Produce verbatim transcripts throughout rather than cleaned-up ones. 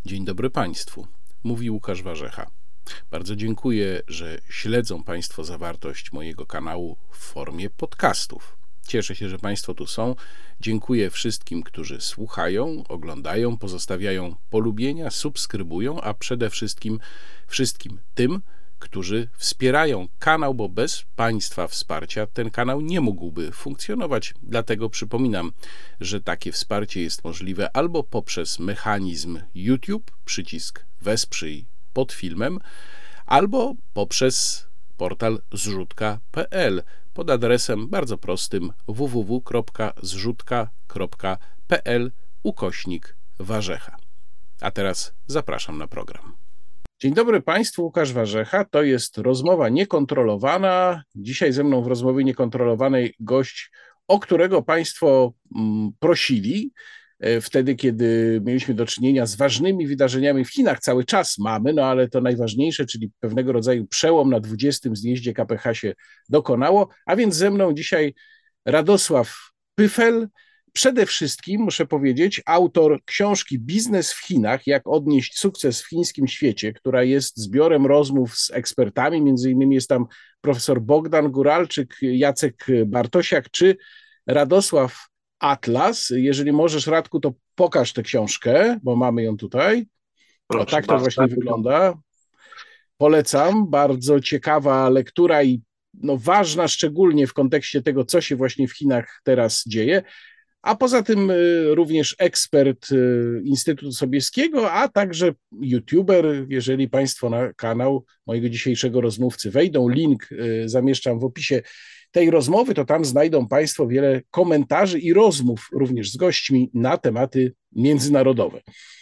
Dzień dobry Państwu, mówi Łukasz Warzecha. Bardzo dziękuję, że śledzą Państwo zawartość mojego kanału w formie podcastów. Cieszę się, że Państwo tu są. Dziękuję wszystkim, którzy słuchają, oglądają, pozostawiają polubienia, subskrybują, a przede wszystkim wszystkim tym, którzy wspierają kanał, bo bez Państwa wsparcia ten kanał nie mógłby funkcjonować. Dlatego przypominam, że takie wsparcie jest możliwe albo poprzez mechanizm YouTube, przycisk wesprzyj pod filmem, albo poprzez portal zrzutka kropka pe el pod adresem bardzo prostym w w w kropka zrzutka kropka pe el ukośnik Warzecha. A teraz zapraszam na program. Dzień dobry Państwu, Łukasz Warzecha. To jest rozmowa niekontrolowana. Dzisiaj ze mną w rozmowie niekontrolowanej gość, o którego Państwo prosili wtedy, kiedy mieliśmy do czynienia z ważnymi wydarzeniami w Chinach. Cały czas mamy, no ale to najważniejsze, czyli pewnego rodzaju przełom na dwudziestym zjeździe K P H się dokonało. A więc ze mną dzisiaj Radosław Pyfel. Przede wszystkim, muszę powiedzieć, autor książki Biznes w Chinach, jak odnieść sukces w chińskim świecie, która jest zbiorem rozmów z ekspertami, między innymi jest tam profesor Bogdan Guralczyk, Jacek Bartosiak czy Radosław Atlas. Jeżeli możesz, Radku, to pokaż tę książkę, bo mamy ją tutaj. O, tak to właśnie wygląda. Polecam, bardzo ciekawa lektura i no, ważna szczególnie w kontekście tego, co się właśnie w Chinach teraz dzieje. A poza tym również ekspert Instytutu Sobieskiego, a także youtuber. Jeżeli Państwo na kanał mojego dzisiejszego rozmówcy wejdą, link zamieszczam w opisie tej rozmowy, to tam znajdą Państwo wiele komentarzy i rozmów również z gośćmi na tematy międzynarodowe.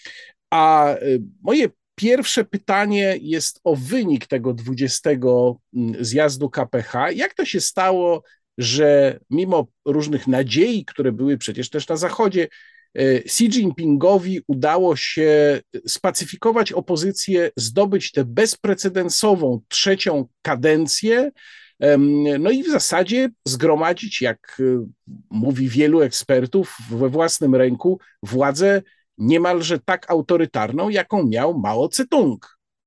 A moje pierwsze pytanie jest o wynik tego dwudziestego zjazdu K P H. Jak to się stało, że mimo różnych nadziei, które były przecież też na Zachodzie, Xi Jinpingowi udało się spacyfikować opozycję, zdobyć tę bezprecedensową trzecią kadencję, no i w zasadzie zgromadzić, jak mówi wielu ekspertów, we własnym ręku władzę niemalże tak autorytarną, jaką miał Mao Tse-tung.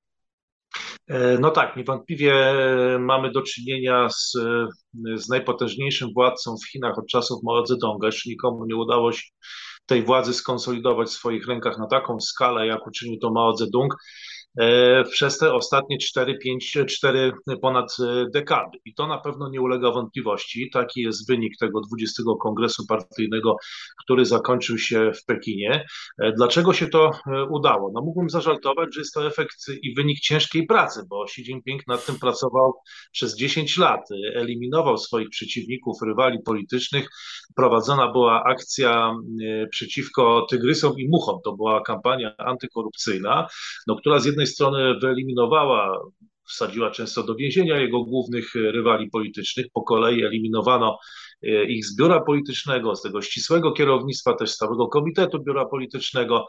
No tak, niewątpliwie mamy do czynienia z, z najpotężniejszym władcą w Chinach od czasów Mao Zedonga. Jeszcze nikomu nie udało się tej władzy skonsolidować w swoich rękach na taką skalę, jak uczynił to Mao Zedong przez te ostatnie cztery, pięć, cztery ponad dekady. I to na pewno nie ulega wątpliwości. Taki jest wynik tego dwudziestego Kongresu Partyjnego, który zakończył się w Pekinie. Dlaczego się to udało? No mógłbym zażartować, że jest to efekt i wynik ciężkiej pracy, bo Xi Jinping nad tym pracował przez dziesięć lat. Eliminował swoich przeciwników, rywali politycznych. Prowadzona była akcja przeciwko tygrysom i muchom. To była kampania antykorupcyjna, no, która z jednej strony wyeliminowała, wsadziła często do więzienia jego głównych rywali politycznych, po kolei eliminowano ich z biura politycznego, z tego ścisłego kierownictwa, też z całego komitetu biura politycznego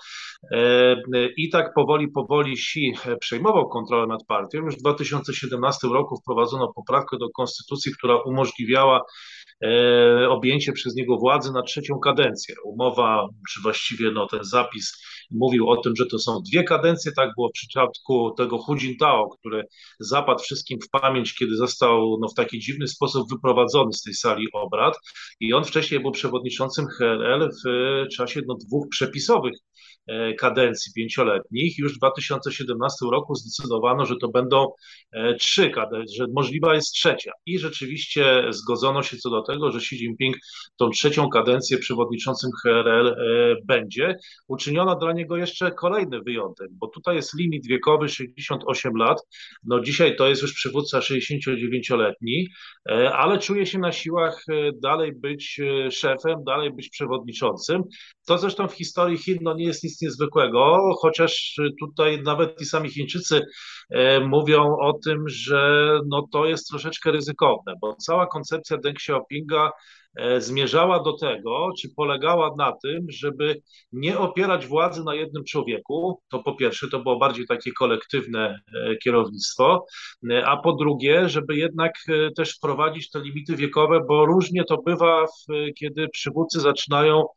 i tak powoli, powoli Xi przejmował kontrolę nad partią. Już w dwa tysiące siedemnastym roku wprowadzono poprawkę do konstytucji, która umożliwiała objęcie przez niego władzy na trzecią kadencję. Umowa, czy właściwie no, ten zapis mówił o tym, że to są dwie kadencje. Tak było w przypadku tego Hu Jintao, który zapadł wszystkim w pamięć, kiedy został no, w taki dziwny sposób wyprowadzony z tej sali obrad i on wcześniej był przewodniczącym H R L w czasie no, dwóch przepisowych kadencji pięcioletnich. Już w dwa tysiące siedemnastym roku zdecydowano, że to będą trzy kadencje, że możliwa jest trzecia. I rzeczywiście zgodzono się co do tego, że Xi Jinping tą trzecią kadencję przewodniczącym H R L będzie. Uczyniono dla niego jeszcze kolejny wyjątek, bo tutaj jest limit wiekowy sześćdziesiąt osiem lat. No dzisiaj to jest już przywódca sześćdziesięciodziewięcioletni, ale czuje się na siłach dalej być szefem, dalej być przewodniczącym. To zresztą w historii Chin no nie jest nic niezwykłego, chociaż tutaj nawet i sami Chińczycy mówią o tym, że no to jest troszeczkę ryzykowne, bo cała koncepcja Deng Xiaopinga zmierzała do tego, czy polegała na tym, żeby nie opierać władzy na jednym człowieku. To po pierwsze, to było bardziej takie kolektywne kierownictwo, a po drugie, żeby jednak też wprowadzić te limity wiekowe, bo różnie to bywa, kiedy przywódcy zaczynają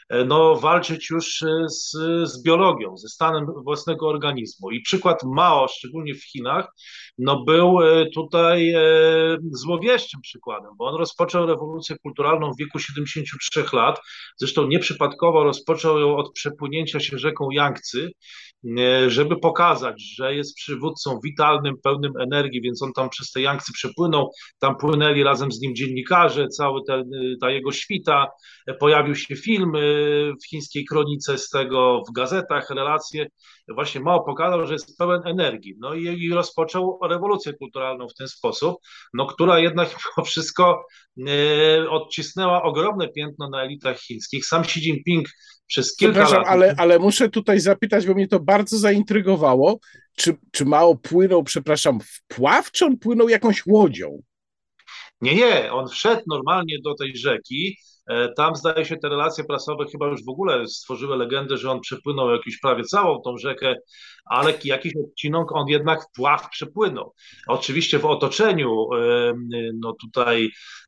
no, walczyć już z, z biologią, ze stanem własnego organizmu. I przykład Mao, szczególnie w Chinach, no, był tutaj złowieszczym przykładem, bo on rozpoczął rewolucję kulturalną w wieku siedemdziesięciu trzech lat, zresztą nieprzypadkowo rozpoczął ją od przepłynięcia się rzeką Jangtzy, żeby pokazać, że jest przywódcą witalnym, pełnym energii, więc on tam przez te Jangtzy przepłynął, tam płynęli razem z nim dziennikarze, cały ten, ta jego świta, pojawił się film w chińskiej kronice z tego, w gazetach, relacje, właśnie Mao pokazał, że jest pełen energii, no i, i rozpoczął rewolucję kulturalną w ten sposób, no która jednak mimo wszystko e, odcisnęła ogromne piętno na elitach chińskich. Sam Xi Jinping przez kilka Przepraszam, lat... ale, ale muszę tutaj zapytać, bo mnie to bardzo zaintrygowało, czy, czy Mao płynął, przepraszam, wpław, czy on płynął jakąś łodzią? Nie, nie, on wszedł normalnie do tej rzeki. Tam zdaje się te relacje prasowe chyba już w ogóle stworzyły legendę, że on przepłynął jakąś prawie całą tą rzekę, ale jakiś odcinek on jednak wpław przepłynął. Oczywiście w otoczeniu no tutaj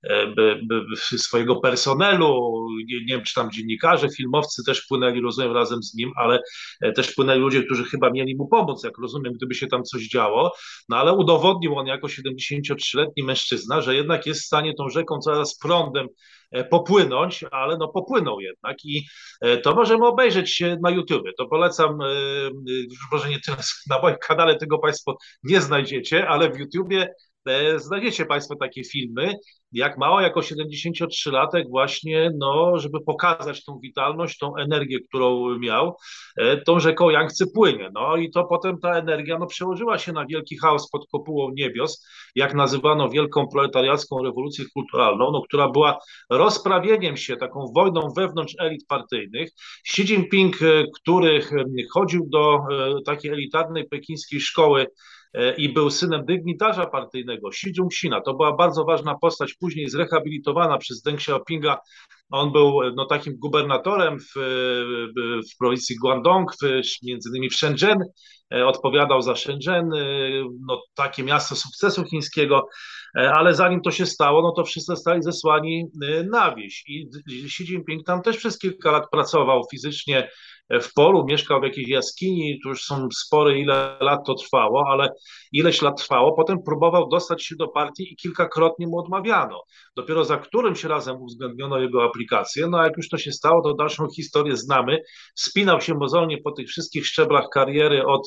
swojego personelu, nie, nie wiem czy tam dziennikarze, filmowcy też płynęli, rozumiem, razem z nim, ale też płynęli ludzie, którzy chyba mieli mu pomóc, jak rozumiem, gdyby się tam coś działo, no ale udowodnił on jako siedemdziesięciotrzyletni mężczyzna, że jednak jest w stanie tą rzeką coraz prądem popłynąć, ale no popłynął jednak i to możemy obejrzeć na YouTubie. To polecam, już może nie tyle na moim kanale, tego Państwo nie znajdziecie, ale w YouTubie znajdziecie Państwo takie filmy, jak Mao jako siedemdziesięciotrzylatek właśnie, no, żeby pokazać tą witalność, tą energię, którą miał, tą rzeką Jangtzy płynie. No i to potem ta energia no, przełożyła się na wielki chaos pod kopułą niebios, jak nazywano wielką proletariacką rewolucję kulturalną, no, która była rozprawieniem się, taką wojną wewnątrz elit partyjnych. Xi Jinping, który chodził do takiej elitarnej pekińskiej szkoły i był synem dygnitarza partyjnego Xi Jingxina. To była bardzo ważna postać, później zrehabilitowana przez Deng Xiaopinga. On był no, takim gubernatorem w, w prowincji Guangdong, w, między innymi w Shenzhen, odpowiadał za Shenzhen, no, takie miasto sukcesu chińskiego, ale zanim to się stało, no to wszyscy zostali zesłani na wieś i Xi Jinping tam też przez kilka lat pracował fizycznie w polu, mieszkał w jakiejś jaskini, tu już są spory, ile lat to trwało, ale ileś lat trwało, potem próbował dostać się do partii i kilkakrotnie mu odmawiano. Dopiero za którymś razem uwzględniono jego aplikację, no a jak już to się stało, to dalszą historię znamy. Spinał się mozolnie po tych wszystkich szczeblach kariery od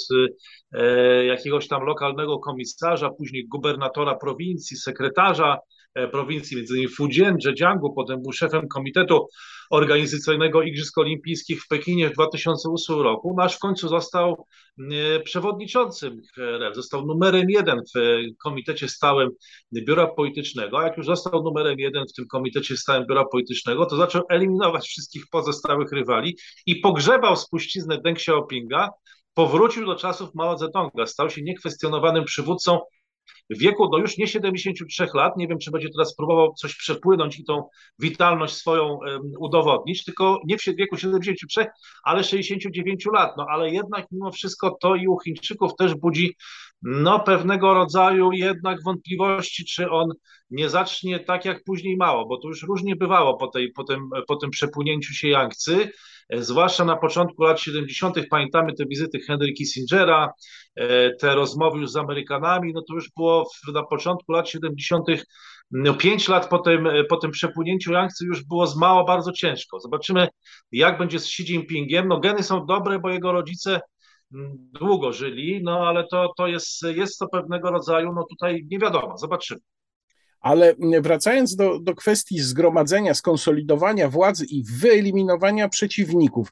e, jakiegoś tam lokalnego komisarza, później gubernatora prowincji, sekretarza prowincji, między innymi Fujian, Zhejiangu, potem był szefem Komitetu Organizacyjnego Igrzysk Olimpijskich w Pekinie w dwa tysiące ósmym roku, no aż w końcu został przewodniczącym K R L, został numerem jeden w Komitecie Stałym Biura Politycznego, a jak już został numerem jeden w tym Komitecie Stałym Biura Politycznego, to zaczął eliminować wszystkich pozostałych rywali i pogrzebał spuściznę Deng Xiaopinga, powrócił do czasów Mao Zedonga, stał się niekwestionowanym przywódcą w wieku do już nie siedemdziesięciu trzech lat, nie wiem, czy będzie teraz próbował coś przepłynąć i tą witalność swoją um, udowodnić, tylko nie w wieku siedemdziesięciu trzech, ale sześćdziesięciu dziewięciu lat, no ale jednak mimo wszystko to i u Chińczyków też budzi no pewnego rodzaju jednak wątpliwości, czy on nie zacznie tak jak później Mao, bo to już różnie bywało po, tej, po, tym, po tym przepłynięciu się Jangtzy, zwłaszcza na początku lat siedemdziesiątych. Pamiętamy te wizyty Henry Kissingera, te rozmowy już z Amerykanami, no to już było w, na początku lat siedemdziesiątych, no pięć lat po tym, po tym przepłynięciu Jangtzy już było z Mao bardzo ciężko. Zobaczymy, jak będzie z Xi Jinpingiem. No geny są dobre, bo jego rodzice długo żyli, no ale to, to jest, jest to pewnego rodzaju, no tutaj nie wiadomo, zobaczymy. Ale wracając do, do kwestii zgromadzenia, skonsolidowania władzy i wyeliminowania przeciwników,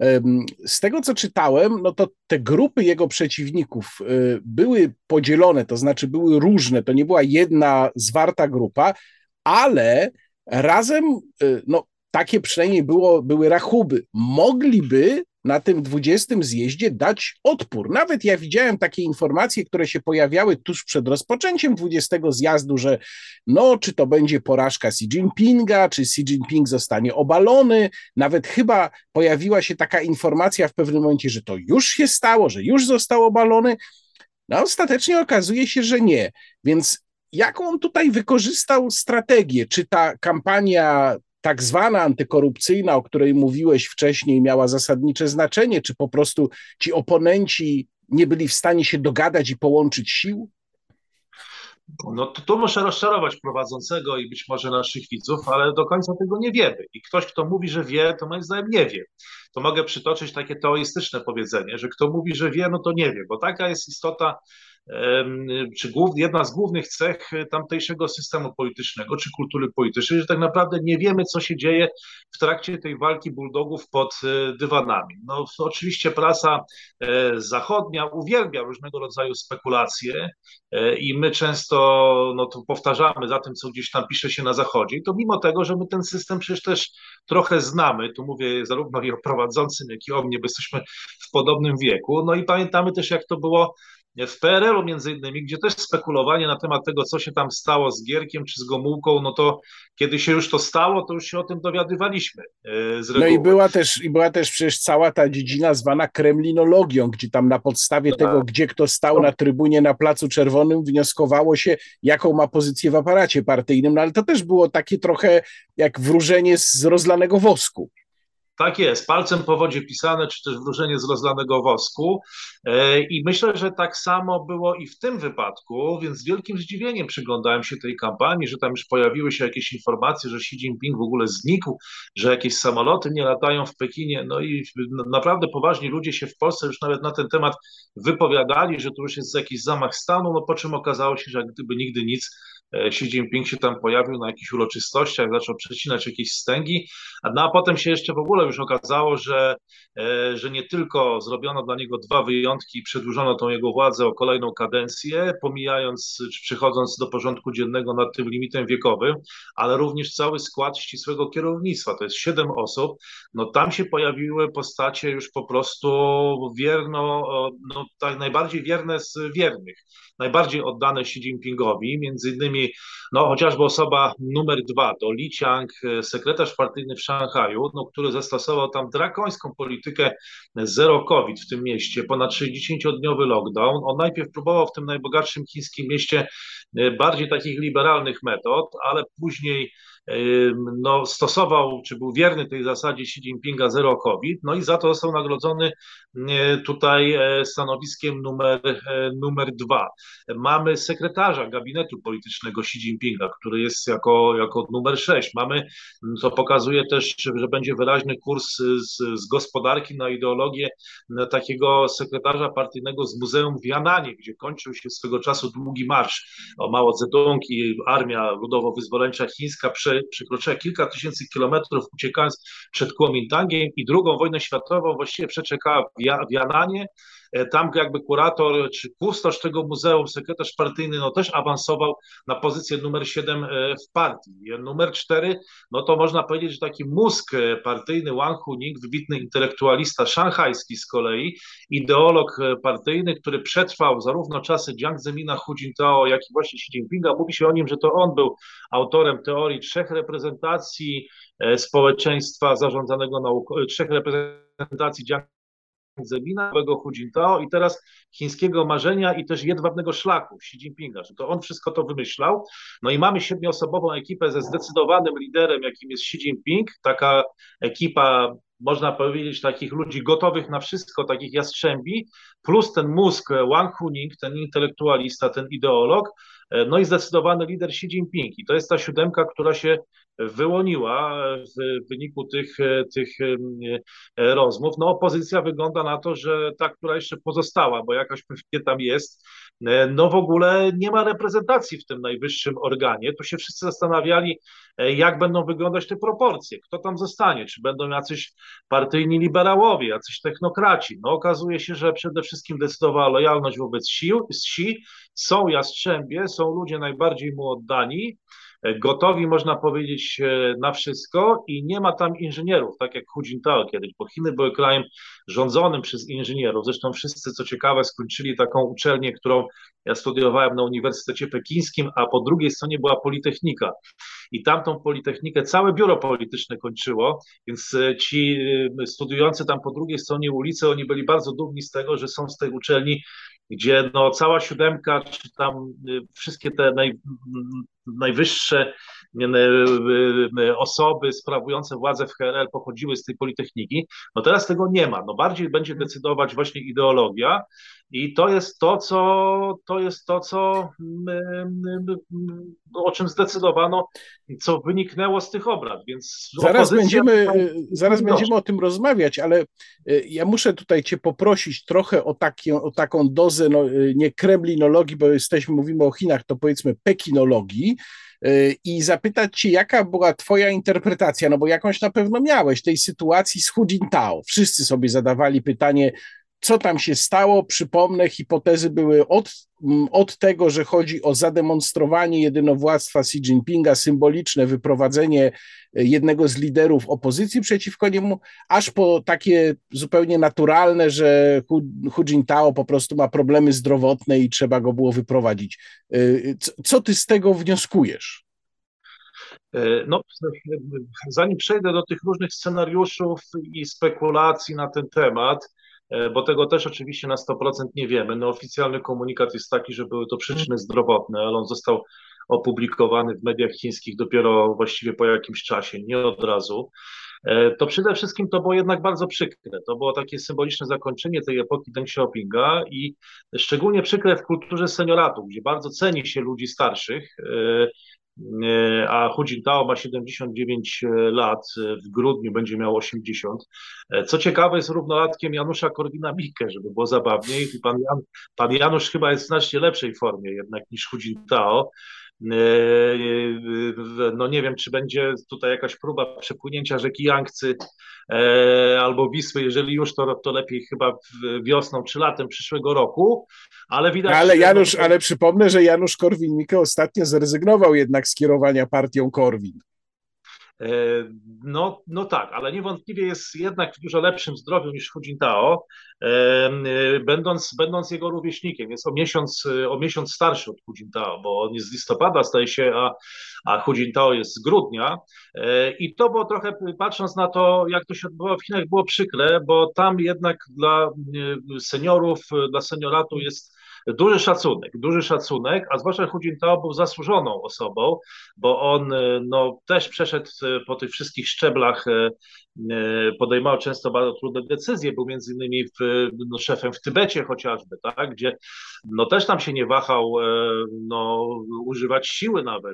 z tego co czytałem, no to te grupy jego przeciwników były podzielone, to znaczy były różne, to nie była jedna zwarta grupa, ale razem, no takie przynajmniej było, były rachuby, mogliby na tym dwudziestym zjeździe dać odpór. Nawet ja widziałem takie informacje, które się pojawiały tuż przed rozpoczęciem dwudziestego zjazdu, że no, czy to będzie porażka Xi Jinpinga, czy Xi Jinping zostanie obalony. Nawet chyba pojawiła się taka informacja w pewnym momencie, że to już się stało, że już został obalony. No, ostatecznie okazuje się, że nie. Więc jaką on tutaj wykorzystał strategię? Czy ta kampania tak zwana antykorupcyjna, o której mówiłeś wcześniej, miała zasadnicze znaczenie, czy po prostu ci oponenci nie byli w stanie się dogadać i połączyć sił? No to tu muszę rozczarować prowadzącego i być może naszych widzów, ale do końca tego nie wiemy. I ktoś, kto mówi, że wie, to moim zdaniem nie wie. To mogę przytoczyć takie teoistyczne powiedzenie, że kto mówi, że wie, no to nie wie, bo taka jest istota, czy jedna z głównych cech tamtejszego systemu politycznego, czy kultury politycznej, że tak naprawdę nie wiemy, co się dzieje w trakcie tej walki bulldogów pod dywanami. No, oczywiście prasa zachodnia uwielbia różnego rodzaju spekulacje i my często no, to powtarzamy za tym, co gdzieś tam pisze się na Zachodzie. I to mimo tego, że my ten system przecież też trochę znamy, tu mówię zarówno i o prowadzącym, jak i o mnie, bo jesteśmy w podobnym wieku. No i pamiętamy też, jak to było w P R L-u między innymi, gdzie też spekulowanie na temat tego, co się tam stało z Gierkiem czy z Gomułką, no to kiedy się już to stało, to już się o tym dowiadywaliśmy z reguły. No i była też, i była też przecież cała ta dziedzina zwana kremlinologią, gdzie tam na podstawie tak. tego, gdzie kto stał na trybunie na Placu Czerwonym, wnioskowało się, jaką ma pozycję w aparacie partyjnym, no ale to też było takie trochę jak wróżenie z rozlanego wosku. Tak jest, palcem po wodzie pisane, czy też wróżenie z rozlanego wosku. I myślę, że tak samo było i w tym wypadku, więc z wielkim zdziwieniem przyglądałem się tej kampanii, że tam już pojawiły się jakieś informacje, że Xi Jinping w ogóle znikł, że jakieś samoloty nie latają w Pekinie. No i naprawdę poważni ludzie się w Polsce już nawet na ten temat wypowiadali, że to już jest jakiś zamach stanu, no po czym okazało się, że jak gdyby nigdy nic, Xi Jinping się tam pojawił na jakichś uroczystościach, zaczął przecinać jakieś wstęgi, no a potem się jeszcze w ogóle już okazało, że, że nie tylko zrobiono dla niego dwa wyjątki i przedłużono tą jego władzę o kolejną kadencję, pomijając czy przychodząc do porządku dziennego nad tym limitem wiekowym, ale również cały skład ścisłego kierownictwa, to jest siedem osób, no tam się pojawiły postacie już po prostu wierno, no tak najbardziej wierne z wiernych, najbardziej oddane Xi Jinpingowi, między innymi no chociażby osoba numer dwa, to Li Qiang, sekretarz partyjny w Szanghaju, no, który zastosował tam drakońską politykę zero COVID w tym mieście, ponad sześćdziesięciodniowy lockdown. On najpierw próbował w tym najbogatszym chińskim mieście bardziej takich liberalnych metod, ale później no, stosował, czy był wierny tej zasadzie Xi Jinpinga zero COVID, no i za to został nagrodzony tutaj stanowiskiem numer, numer dwa. Mamy sekretarza gabinetu politycznego Xi Jinpinga, który jest jako, jako numer sześć. Mamy, co pokazuje też, że będzie wyraźny kurs z, z gospodarki na ideologię takiego sekretarza partyjnego z muzeum w Jananie, gdzie kończył się swego czasu długi marsz o Mao Zedong i armia ludowo-wyzwoleńcza chińska prze, przekroczyła kilka tysięcy kilometrów, uciekając przed Kuomintangiem i drugą wojnę światową właściwie przeczekała w, ja, w Jananie. Tam jakby kurator czy kustosz tego muzeum, sekretarz partyjny, no też awansował na pozycję numer siedem w partii. Numer cztery, no to można powiedzieć, że taki mózg partyjny Wang Huning, wybitny intelektualista szanghajski z kolei, ideolog partyjny, który przetrwał zarówno czasy Jiang Zemina, Hu Jintao, jak i właśnie Xi Jinpinga. Mówi się o nim, że to on był autorem teorii trzech reprezentacji społeczeństwa zarządzanego nauką, trzech reprezentacji Jiang Zemina, nowego Hu Jintao i teraz chińskiego marzenia i też jedwabnego szlaku Xi Jinpinga, że to on wszystko to wymyślał. No i mamy siedmioosobową ekipę ze zdecydowanym liderem, jakim jest Xi Jinping, taka ekipa, można powiedzieć, takich ludzi gotowych na wszystko, takich jastrzębi, plus ten mózg Wang Huning, ten intelektualista, ten ideolog, no i zdecydowany lider Xi Jinping. I to jest ta siódemka, która się wyłoniła w wyniku tych, tych rozmów. No opozycja wygląda na to, że ta, która jeszcze pozostała, bo jakaś pewnie tam jest, no w ogóle nie ma reprezentacji w tym najwyższym organie. Tu się wszyscy zastanawiali, jak będą wyglądać te proporcje, kto tam zostanie, czy będą jacyś partyjni liberałowie, jacyś technokraci. No okazuje się, że przede wszystkim decydowała lojalność wobec sił, Xi, są jastrzębie, są ludzie najbardziej mu oddani, gotowi, można powiedzieć, na wszystko i nie ma tam inżynierów, tak jak Hu Jintao kiedyś, bo Chiny były krajem rządzonym przez inżynierów. Zresztą wszyscy, co ciekawe, skończyli taką uczelnię, którą ja studiowałem na Uniwersytecie Pekińskim, a po drugiej stronie była Politechnika. I tamtą Politechnikę całe biuro polityczne kończyło, więc ci studiujący tam po drugiej stronie ulicy, oni byli bardzo dumni z tego, że są z tej uczelni, gdzie no cała siódemka, czy tam wszystkie te naj, najwyższe osoby sprawujące władzę w K R L pochodziły z tej Politechniki. No teraz tego nie ma. No bardziej będzie decydować właśnie ideologia i to jest to, co to jest to, co o czym zdecydowano, co wyniknęło z tych obrad, więc Zaraz opozycja będziemy, tutaj zaraz będziemy o tym rozmawiać, ale ja muszę tutaj cię poprosić trochę o, takie, o taką dozę, no, nie kremlinologii, bo jesteśmy, mówimy o Chinach, to powiedzmy pekinologii, i zapytać cię, jaka była twoja interpretacja, no bo jakąś na pewno miałeś, tej sytuacji z Hu Jintao. Wszyscy sobie zadawali pytanie, co tam się stało. Przypomnę, hipotezy były od, od tego, że chodzi o zademonstrowanie jedynowładztwa Xi Jinpinga, symboliczne wyprowadzenie jednego z liderów opozycji przeciwko niemu, aż po takie zupełnie naturalne, że Hu, Hu Jintao po prostu ma problemy zdrowotne i trzeba go było wyprowadzić. Co, co ty z tego wnioskujesz? No, zanim przejdę do tych różnych scenariuszów i spekulacji na ten temat, bo tego też oczywiście na sto procent nie wiemy. No, oficjalny komunikat jest taki, że były to przyczyny zdrowotne, ale on został opublikowany w mediach chińskich dopiero właściwie po jakimś czasie, nie od razu. To przede wszystkim to było jednak bardzo przykre. To było takie symboliczne zakończenie tej epoki Deng Xiaopinga i szczególnie przykre w kulturze senioratu, gdzie bardzo ceni się ludzi starszych, a Hu Jintao ma siedemdziesiąt dziewięć lat, w grudniu będzie miał osiemdziesiąt. Co ciekawe, jest równolatkiem Janusza Korwina-Mikke, żeby było zabawniej. Pan, Jan, pan Janusz chyba jest w znacznie lepszej formie jednak niż Hu Jintao. No nie wiem, czy będzie tutaj jakaś próba przepłynięcia rzeki Jangtzy albo Wisły. Jeżeli już, to, to lepiej chyba wiosną czy latem przyszłego roku, ale widać... Ale Janusz, no, ale przypomnę, że Janusz Korwin-Mikke ostatnio zrezygnował jednak z kierowania partią Korwin. No, no tak, ale niewątpliwie jest jednak w dużo lepszym zdrowiu niż Hu Jintao, będąc, będąc jego rówieśnikiem. Jest o miesiąc, o miesiąc starszy od Hu Jintao, bo on jest z listopada, zdaje się, a, a Hu Jintao jest z grudnia. I to było trochę, patrząc na to, jak to się odbywało w Chinach, było przykre, bo tam jednak dla seniorów, dla senioratu jest duży szacunek, duży szacunek, a zwłaszcza Hu Jintao był zasłużoną osobą, bo on no, też przeszedł po tych wszystkich szczeblach, podejmował często bardzo trudne decyzje, był między innymi w, no, szefem w Tybecie chociażby, tak, gdzie no, też tam się nie wahał no, używać siły nawet.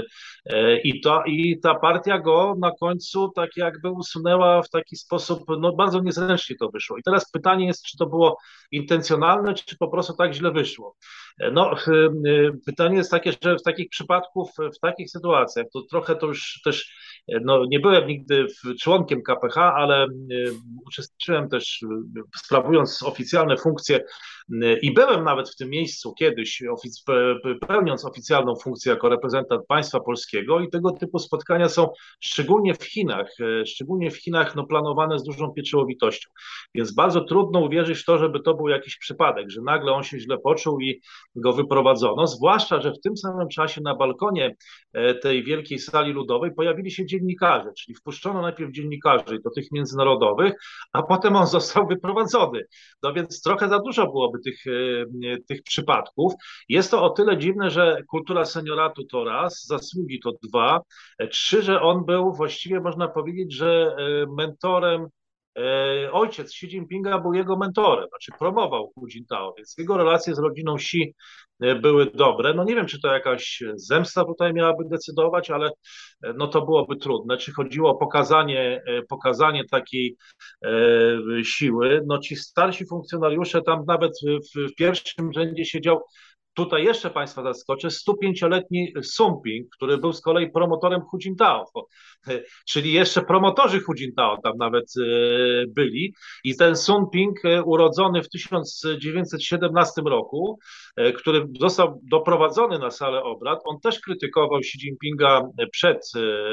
I, to, I ta partia go na końcu tak jakby usunęła w taki sposób, no bardzo niezręcznie to wyszło. I teraz pytanie jest, czy to było intencjonalne, czy po prostu tak źle wyszło. No, pytanie jest takie, że w takich przypadków, w takich sytuacjach, to trochę to już też, no nie byłem nigdy członkiem K P H, ale uczestniczyłem też, sprawując oficjalne funkcje i byłem nawet w tym miejscu kiedyś, pełniąc oficjalną funkcję jako reprezentant państwa polskiego i tego typu spotkania są szczególnie w Chinach, szczególnie w Chinach no, planowane z dużą pieczołowitością, więc bardzo trudno uwierzyć w to, żeby to był jakiś przypadek, że nagle on się źle poczuł i go wyprowadzono, zwłaszcza, że w tym samym czasie na balkonie tej wielkiej sali ludowej pojawili się dziennikarze, czyli wpuszczono najpierw dziennikarzy, do tych międzynarodowych, a potem on został wyprowadzony. No więc trochę za dużo byłoby tych, tych przypadków. Jest to o tyle dziwne, że kultura senioratu to raz, zasługi to dwa, trzy, że on był właściwie, można powiedzieć, że mentorem, ojciec Xi Jinpinga był jego mentorem, znaczy promował Hu Jintao, więc jego relacje z rodziną Xi były dobre. No nie wiem, czy to jakaś zemsta tutaj miałaby decydować, ale no to byłoby trudne. Czy chodziło o pokazanie, pokazanie takiej e, siły? No ci starsi funkcjonariusze, tam nawet w, w pierwszym rzędzie siedział, tutaj jeszcze Państwa zaskoczę, stu pięcioletni Sun Ping, który był z kolei promotorem Hu Jintao, czyli jeszcze promotorzy Hu Jintao tam nawet byli. I ten Sun Ping, urodzony w tysiąc dziewięćset siedemnastym roku, który został doprowadzony na salę obrad, on też krytykował Xi Jinpinga przed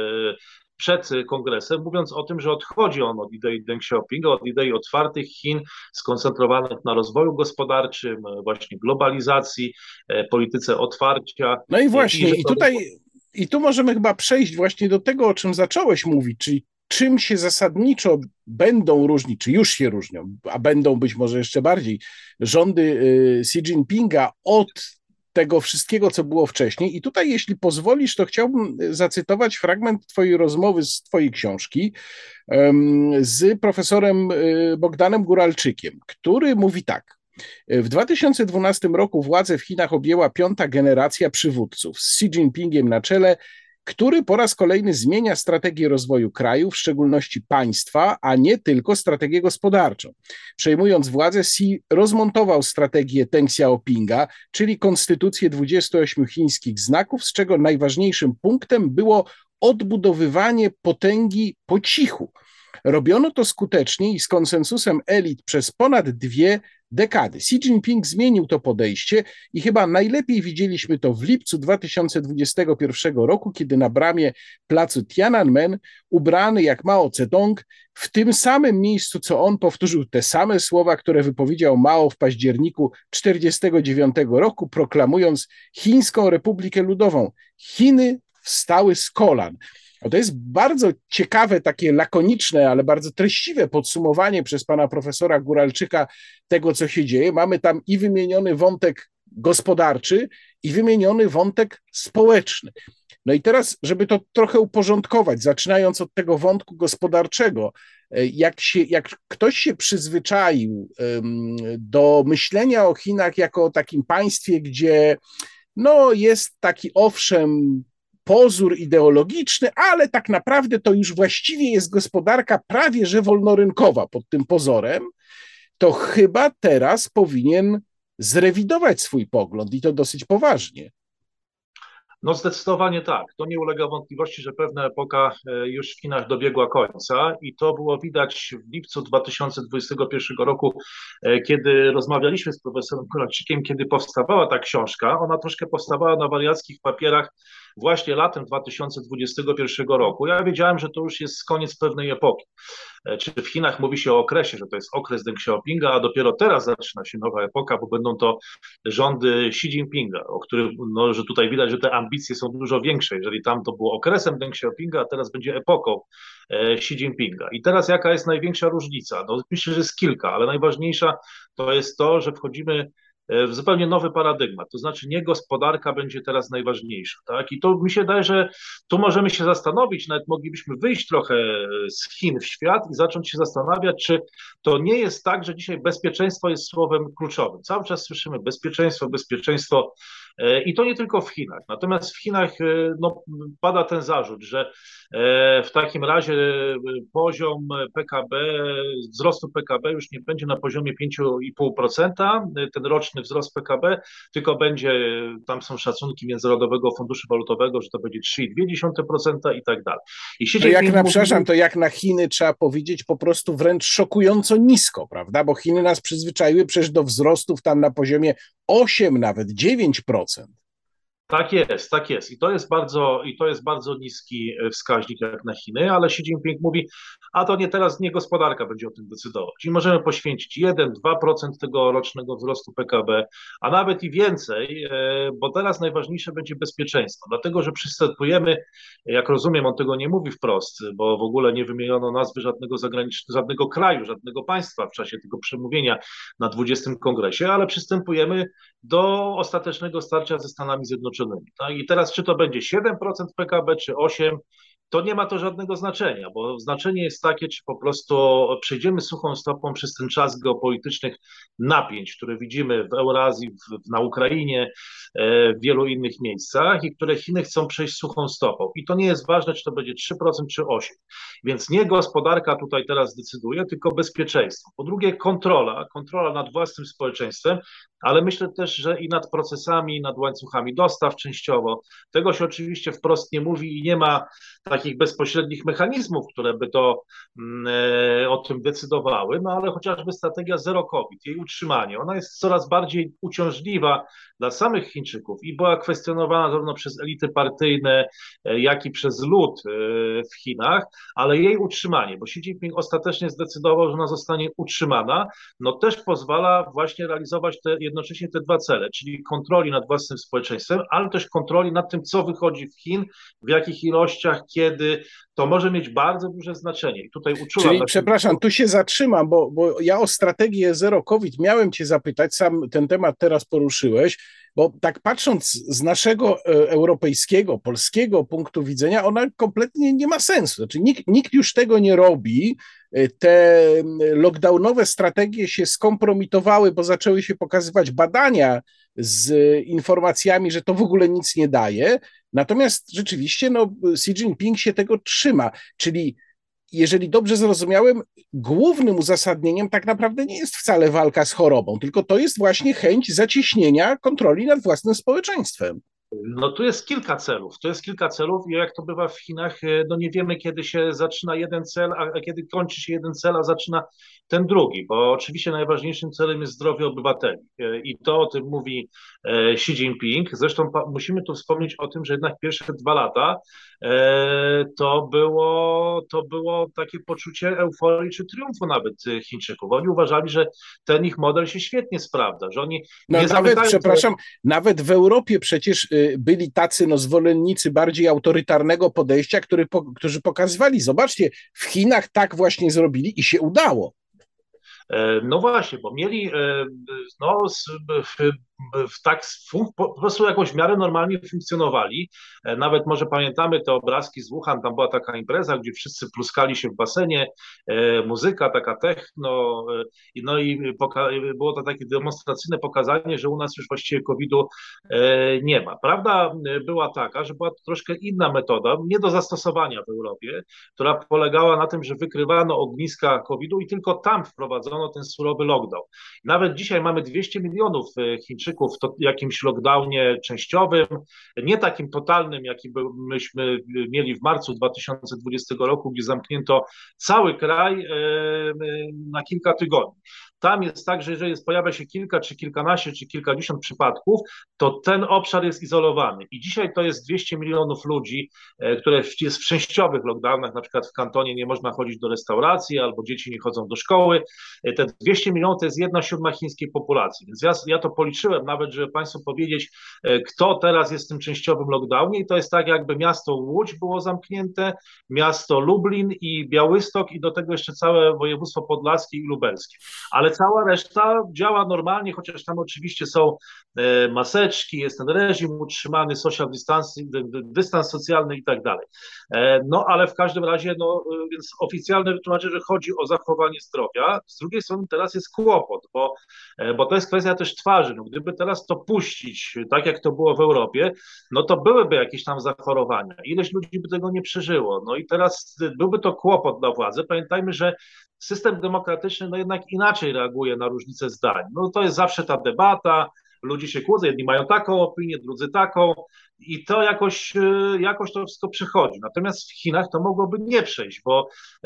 przed kongresem, mówiąc o tym, że odchodzi on od idei Deng Xiaopinga, od idei otwartych Chin, skoncentrowanych na rozwoju gospodarczym, właśnie globalizacji, polityce otwarcia. No i właśnie, i, i tutaj, i tu możemy chyba przejść właśnie do tego, o czym zacząłeś mówić, czyli czym się zasadniczo będą różnić, czy już się różnią, a będą być może jeszcze bardziej, rządy Xi Jinpinga od tego wszystkiego, co było wcześniej. I tutaj, jeśli pozwolisz, to chciałbym zacytować fragment twojej rozmowy z twojej książki z profesorem Bogdanem Guralczykiem, który mówi tak. W dwa tysiące dwunastym roku władzę w Chinach objęła piąta generacja przywódców z Xi Jinpingiem na czele, który po raz kolejny zmienia strategię rozwoju kraju, w szczególności państwa, a nie tylko strategię gospodarczą. Przejmując władzę, Xi rozmontował strategię Deng Xiaopinga, czyli konstytucję dwudziestu ośmiu chińskich znaków, z czego najważniejszym punktem było odbudowywanie potęgi po cichu. Robiono to skutecznie i z konsensusem elit przez ponad dwie dekady. Xi Jinping zmienił to podejście i chyba najlepiej widzieliśmy to w lipcu dwa tysiące dwudziestego pierwszego roku, kiedy na bramie placu Tiananmen, ubrany jak Mao Zedong, w tym samym miejscu co on, powtórzył te same słowa, które wypowiedział Mao w październiku tysiąc dziewięćset czterdziestego dziewiątego roku, proklamując Chińską Republikę Ludową. Chiny wstały z kolan. To jest bardzo ciekawe, takie lakoniczne, ale bardzo treściwe podsumowanie przez pana profesora Guralczyka tego, co się dzieje. Mamy tam i wymieniony wątek gospodarczy, i wymieniony wątek społeczny. No i teraz, żeby to trochę uporządkować, zaczynając od tego wątku gospodarczego, jak, się, jak ktoś się przyzwyczaił do myślenia o Chinach jako o takim państwie, gdzie no, jest taki owszem, pozór ideologiczny, ale tak naprawdę to już właściwie jest gospodarka prawie że wolnorynkowa pod tym pozorem, to chyba teraz powinien zrewidować swój pogląd i to dosyć poważnie. No zdecydowanie tak. To nie ulega wątpliwości, że pewna epoka już w Chinach dobiegła końca i to było widać w lipcu dwa tysiące dwudziestego pierwszego roku, kiedy rozmawialiśmy z profesorem Guralczykiem, kiedy powstawała ta książka. Ona troszkę powstawała na wariackich papierach właśnie latem dwa tysiące dwudziestego pierwszego roku. Ja wiedziałem, że to już jest koniec pewnej epoki. Czy w Chinach mówi się o okresie, że to jest okres Deng Xiaopinga, a dopiero teraz zaczyna się nowa epoka, bo będą to rządy Xi Jinpinga, o których, no, że tutaj widać, że te ambicje są dużo większe. Jeżeli tam to było okresem Deng Xiaopinga, a teraz będzie epoką e, Xi Jinpinga. I teraz jaka jest największa różnica? No, myślę, że jest kilka, ale najważniejsza to jest to, że wchodzimy w zupełnie nowy paradygmat, to znaczy nie gospodarka będzie teraz najważniejsza, tak? I to mi się wydaje, że tu możemy się zastanowić, nawet moglibyśmy wyjść trochę z Chin w świat i zacząć się zastanawiać, czy to nie jest tak, że dzisiaj bezpieczeństwo jest słowem kluczowym. Cały czas słyszymy bezpieczeństwo, bezpieczeństwo i to nie tylko w Chinach. Natomiast w Chinach no, pada ten zarzut, że w takim razie poziom P K B, wzrostu P K B już nie będzie na poziomie pięć i pół procent, ten roczny wzrost P K B, tylko będzie, tam są szacunki Międzynarodowego Funduszu Walutowego, że to będzie trzy i dwie dziesiąte procent i tak dalej. I to jak na, przepraszam, to jak na Chiny trzeba powiedzieć po prostu wręcz szokująco nisko, prawda? Bo Chiny nas przyzwyczaiły przecież do wzrostów tam na poziomie osiem, nawet dziewięć procent. Tak jest, tak jest. I to jest bardzo, i to jest bardzo niski wskaźnik jak na Chiny, ale Xi Jinping mówi, a to nie teraz, nie gospodarka będzie o tym decydować. I możemy poświęcić jeden do dwóch procent tego rocznego wzrostu P K B, a nawet i więcej, bo teraz najważniejsze będzie bezpieczeństwo. Dlatego, że przystępujemy, jak rozumiem, on tego nie mówi wprost, bo w ogóle nie wymieniono nazwy żadnego zagranicznego, żadnego kraju, żadnego państwa w czasie tego przemówienia na dwudziestym kongresie, ale przystępujemy do ostatecznego starcia ze Stanami Zjednoczonymi. Tak? I teraz czy to będzie siedem procent P K B, czy osiem procent, to nie ma to żadnego znaczenia, bo znaczenie jest takie, czy po prostu przejdziemy suchą stopą przez ten czas geopolitycznych napięć, które widzimy w Eurazji, w, na Ukrainie, w wielu innych miejscach i które Chiny chcą przejść suchą stopą. I to nie jest ważne, czy to będzie trzy procent, czy osiem procent. Więc nie gospodarka tutaj teraz decyduje, tylko bezpieczeństwo. Po drugie kontrola, kontrola nad własnym społeczeństwem, ale myślę też, że i nad procesami, nad łańcuchami dostaw częściowo. Tego się oczywiście wprost nie mówi i nie ma takich bezpośrednich mechanizmów, które by to e, o tym decydowały, no ale chociażby strategia zero COVID, jej utrzymanie, ona jest coraz bardziej uciążliwa dla samych Chińczyków i była kwestionowana zarówno przez elity partyjne, e, jak i przez lud e, w Chinach, ale jej utrzymanie, bo Xi Jinping ostatecznie zdecydował, że ona zostanie utrzymana, no też pozwala właśnie realizować te, jednocześnie te dwa cele, czyli kontroli nad własnym społeczeństwem, ale też kontroli nad tym, co wychodzi w Chin, w jakich ilościach, kiedy, to może mieć bardzo duże znaczenie. I tutaj uczulam... Czyli, przepraszam, tu się zatrzymam, bo, bo ja o strategię Zero COVID miałem cię zapytać, sam ten temat teraz poruszyłeś, bo tak patrząc z naszego europejskiego, polskiego punktu widzenia, ona kompletnie nie ma sensu. Znaczy, nikt, nikt już tego nie robi. Te lockdownowe strategie się skompromitowały, bo zaczęły się pokazywać badania z informacjami, że to w ogóle nic nie daje. Natomiast rzeczywiście no, Xi Jinping się tego trzyma. Czyli jeżeli dobrze zrozumiałem, głównym uzasadnieniem tak naprawdę nie jest wcale walka z chorobą, tylko to jest właśnie chęć zacieśnienia kontroli nad własnym społeczeństwem. No tu jest kilka celów, to jest kilka celów i jak to bywa w Chinach, no nie wiemy kiedy się zaczyna jeden cel, a kiedy kończy się jeden cel, a zaczyna ten drugi, bo oczywiście najważniejszym celem jest zdrowie obywateli i to o tym mówi Xi Jinping. Zresztą musimy tu wspomnieć o tym, że jednak pierwsze dwa lata to było, to było takie poczucie euforii czy triumfu nawet Chińczyków. Oni uważali, że ten ich model się świetnie sprawdza, że oni no, nie nawet, zamykają... Przepraszam, nawet w Europie przecież byli tacy no, zwolennicy bardziej autorytarnego podejścia, który, po, którzy pokazywali, zobaczcie, w Chinach tak właśnie zrobili i się udało. No właśnie, bo mieli no, w, w tak po prostu jakoś w miarę normalnie funkcjonowali. Nawet może pamiętamy te obrazki z Wuhan, tam była taka impreza, gdzie wszyscy pluskali się w basenie, muzyka taka techno, no i było to takie demonstracyjne pokazanie, że u nas już właściwie kowida nie ma. Prawda była taka, że była to troszkę inna metoda, nie do zastosowania w Europie, która polegała na tym, że wykrywano ogniska kowida i tylko tam wprowadzono ten surowy lockdown. Nawet dzisiaj mamy dwieście milionów Chińczyków w jakimś lockdownie częściowym, nie takim totalnym, jaki myśmy mieli w marcu dwa tysiące dwudziestego roku, gdzie zamknięto cały kraj na kilka tygodni. Tam jest tak, że jeżeli jest, pojawia się kilka, czy kilkanaście, czy kilkadziesiąt przypadków, to ten obszar jest izolowany. I dzisiaj to jest dwieście milionów ludzi, które jest w częściowych lockdownach, na przykład w kantonie nie można chodzić do restauracji, albo dzieci nie chodzą do szkoły. Te dwieście milionów to jest jedna siódma chińskiej populacji. Więc ja, ja to policzyłem nawet, żeby Państwu powiedzieć, kto teraz jest w tym częściowym lockdownie i to jest tak, jakby miasto Łódź było zamknięte, miasto Lublin i Białystok i do tego jeszcze całe województwo podlaskie i lubelskie. Ale cała reszta działa normalnie, chociaż tam oczywiście są maseczki, jest ten reżim utrzymany, social distancing, dystans socjalny i tak dalej. No ale w każdym razie, no więc oficjalne wytłumaczenie, że chodzi o zachowanie zdrowia. Z drugiej strony teraz jest kłopot, bo, bo to jest kwestia też twarzy. No, gdyby teraz to puścić, tak jak to było w Europie, no to byłyby jakieś tam zachorowania. Ileś ludzi by tego nie przeżyło. No i teraz byłby to kłopot dla władzy. Pamiętajmy, że system demokratyczny no jednak inaczej reaguje na różnice zdań. No to jest zawsze ta debata, ludzie się kłócą, jedni mają taką opinię, drudzy taką i to jakoś, jakoś to wszystko przechodzi. Natomiast w Chinach to mogłoby nie przejść, bo,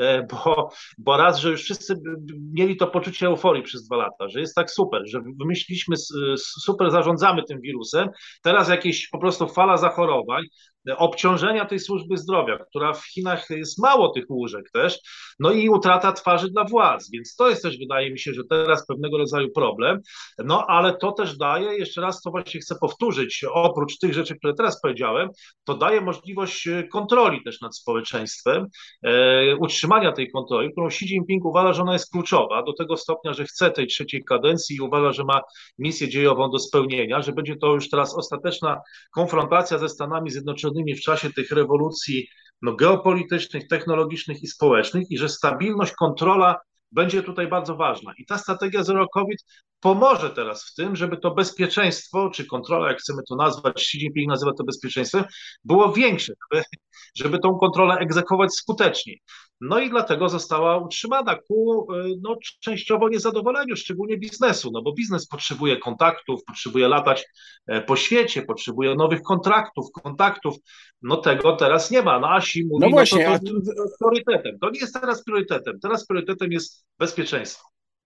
bo, bo raz, że już wszyscy mieli to poczucie euforii przez dwa lata, że jest tak super, że wymyśliliśmy, super zarządzamy tym wirusem, teraz jakieś po prostu fala zachorowań, obciążenia tej służby zdrowia, która w Chinach jest mało tych łóżek też, no i utrata twarzy dla władz, więc to jest też, wydaje mi się, że teraz pewnego rodzaju problem, no ale to też daje, jeszcze raz to właśnie chcę powtórzyć, oprócz tych rzeczy, które teraz powiedziałem, to daje możliwość kontroli też nad społeczeństwem, e, utrzymania tej kontroli, którą Xi Jinping uważa, że ona jest kluczowa, do tego stopnia, że chce tej trzeciej kadencji i uważa, że ma misję dziejową do spełnienia, że będzie to już teraz ostateczna konfrontacja ze Stanami Zjednoczonymi w czasie tych rewolucji no, geopolitycznych, technologicznych i społecznych i że stabilność, kontrola będzie tutaj bardzo ważna. I ta strategia Zero COVID pomoże teraz w tym, żeby to bezpieczeństwo, czy kontrola, jak chcemy to nazwać, Xi Jinping nazywa to bezpieczeństwem, było większe, żeby, żeby tą kontrolę egzekwować skuteczniej. No i dlatego została utrzymana ku no, częściowo niezadowoleniu, szczególnie biznesu, no bo biznes potrzebuje kontaktów, potrzebuje latać po świecie, potrzebuje nowych kontraktów, kontaktów, no tego teraz nie ma. No a Xi mówi, no właśnie, no to, a... to jest priorytetem. To nie jest teraz priorytetem, teraz priorytetem jest bezpieczeństwo.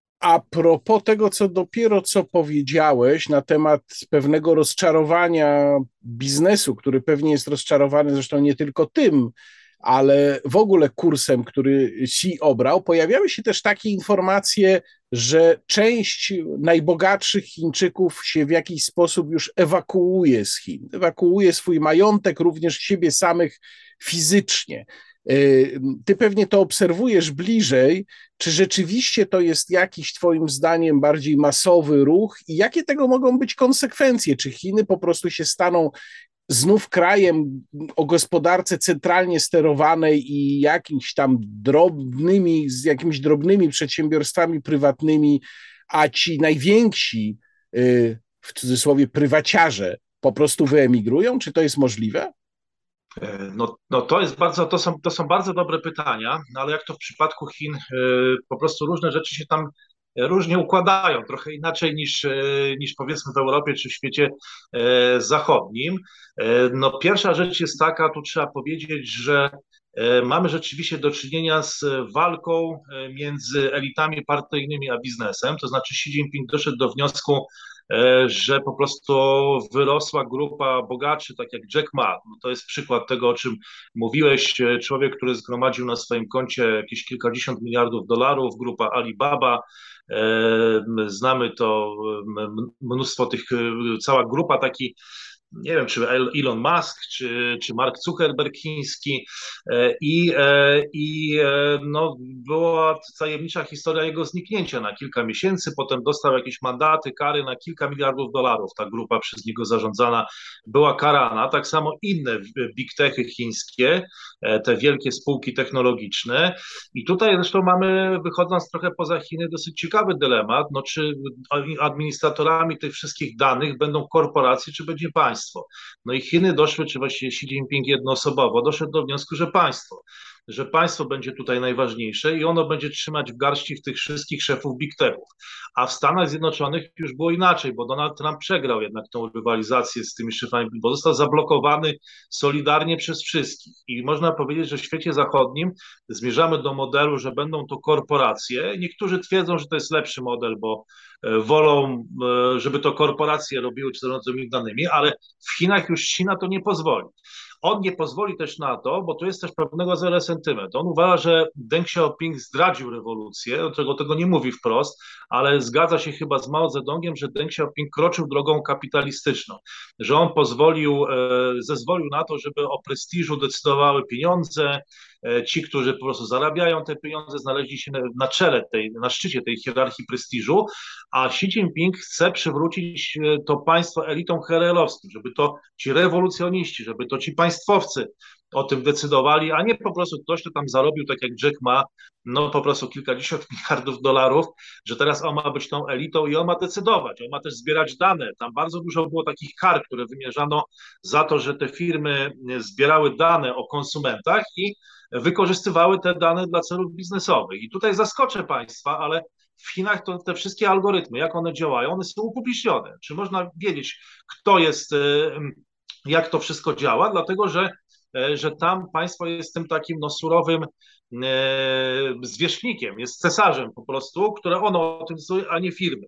A propos tego, co dopiero co powiedziałeś na temat pewnego rozczarowania biznesu, który pewnie jest rozczarowany zresztą nie tylko tym, ale w ogóle kursem, który Xi obrał, pojawiały się też takie informacje, że część najbogatszych Chińczyków się w jakiś sposób już ewakuuje z Chin, ewakuuje swój majątek, również siebie samych fizycznie. Ty pewnie to obserwujesz bliżej. Czy rzeczywiście to jest jakiś, twoim zdaniem, bardziej masowy ruch i jakie tego mogą być konsekwencje? Czy Chiny po prostu się staną znów krajem o gospodarce centralnie sterowanej i jakimiś tam drobnymi, z jakimiś drobnymi przedsiębiorstwami prywatnymi, a ci najwięksi, w cudzysłowie, prywaciarze po prostu wyemigrują? Czy to jest możliwe? No, no to jest bardzo, to są, to są bardzo dobre pytania, no ale jak to w przypadku Chin, po prostu różne rzeczy się tam różnie układają, trochę inaczej niż, niż powiedzmy w Europie czy w świecie zachodnim. No pierwsza rzecz jest taka, tu trzeba powiedzieć, że mamy rzeczywiście do czynienia z walką między elitami partyjnymi a biznesem, to znaczy Xi Jinping doszedł do wniosku, że po prostu wyrosła grupa bogaczy, tak jak Jack Ma. No to jest przykład tego, o czym mówiłeś. Człowiek, który zgromadził na swoim koncie jakieś kilkadziesiąt miliardów dolarów, grupa Alibaba. Znamy to mnóstwo tych, cała grupa taki, nie wiem, czy Elon Musk, czy, czy Mark Zuckerberg chiński i, i no, była tajemnicza historia jego zniknięcia na kilka miesięcy, potem dostał jakieś mandaty, kary na kilka miliardów dolarów, ta grupa przez niego zarządzana była karana, tak samo inne big techy chińskie, te wielkie spółki technologiczne i tutaj zresztą mamy, wychodząc trochę poza Chiny, dosyć ciekawy dylemat, no czy administratorami tych wszystkich danych będą korporacje, czy będzie państwo. No i Chiny doszły, czy właściwie Xi Jinping jednoosobowo doszedł do wniosku, że państwo, że państwo będzie tutaj najważniejsze i ono będzie trzymać w garści tych wszystkich szefów big techów. A w Stanach Zjednoczonych już było inaczej, bo Donald Trump przegrał jednak tą rywalizację z tymi szefami, bo został zablokowany solidarnie przez wszystkich. I można powiedzieć, że w świecie zachodnim zmierzamy do modelu, że będą to korporacje. Niektórzy twierdzą, że to jest lepszy model, bo wolą, żeby to korporacje robiły czy zarządzały ich danymi, ale w Chinach już China to nie pozwoli. On nie pozwoli też na to, bo tu jest też pewnego rodzaju resentyment. On uważa, że Deng Xiaoping zdradził rewolucję, do czego tego nie mówi wprost, ale zgadza się chyba z Mao Zedongiem, że Deng Xiaoping kroczył drogą kapitalistyczną, że on pozwolił, zezwolił na to, żeby o prestiżu decydowały pieniądze, ci, którzy po prostu zarabiają te pieniądze, znaleźli się na czele tej, na szczycie tej hierarchii prestiżu, a Xi Jinping chce przywrócić to państwo elitom hererowskim, żeby to ci rewolucjoniści, żeby to ci państwowcy o tym decydowali, a nie po prostu ktoś, kto tam zarobił, tak jak Jack Ma, no po prostu kilkadziesiąt miliardów dolarów, że teraz on ma być tą elitą i on ma decydować, on ma też zbierać dane. Tam bardzo dużo było takich kar, które wymierzano za to, że te firmy zbierały dane o konsumentach i wykorzystywały te dane dla celów biznesowych. I tutaj zaskoczę państwa, ale w Chinach to te wszystkie algorytmy, jak one działają, one są upublicznione. Czy można wiedzieć, kto jest, jak to wszystko działa, dlatego że, że tam państwo jest tym takim no, surowym zwierzchnikiem, jest cesarzem po prostu, które ono o tym decyduje, a nie firmy.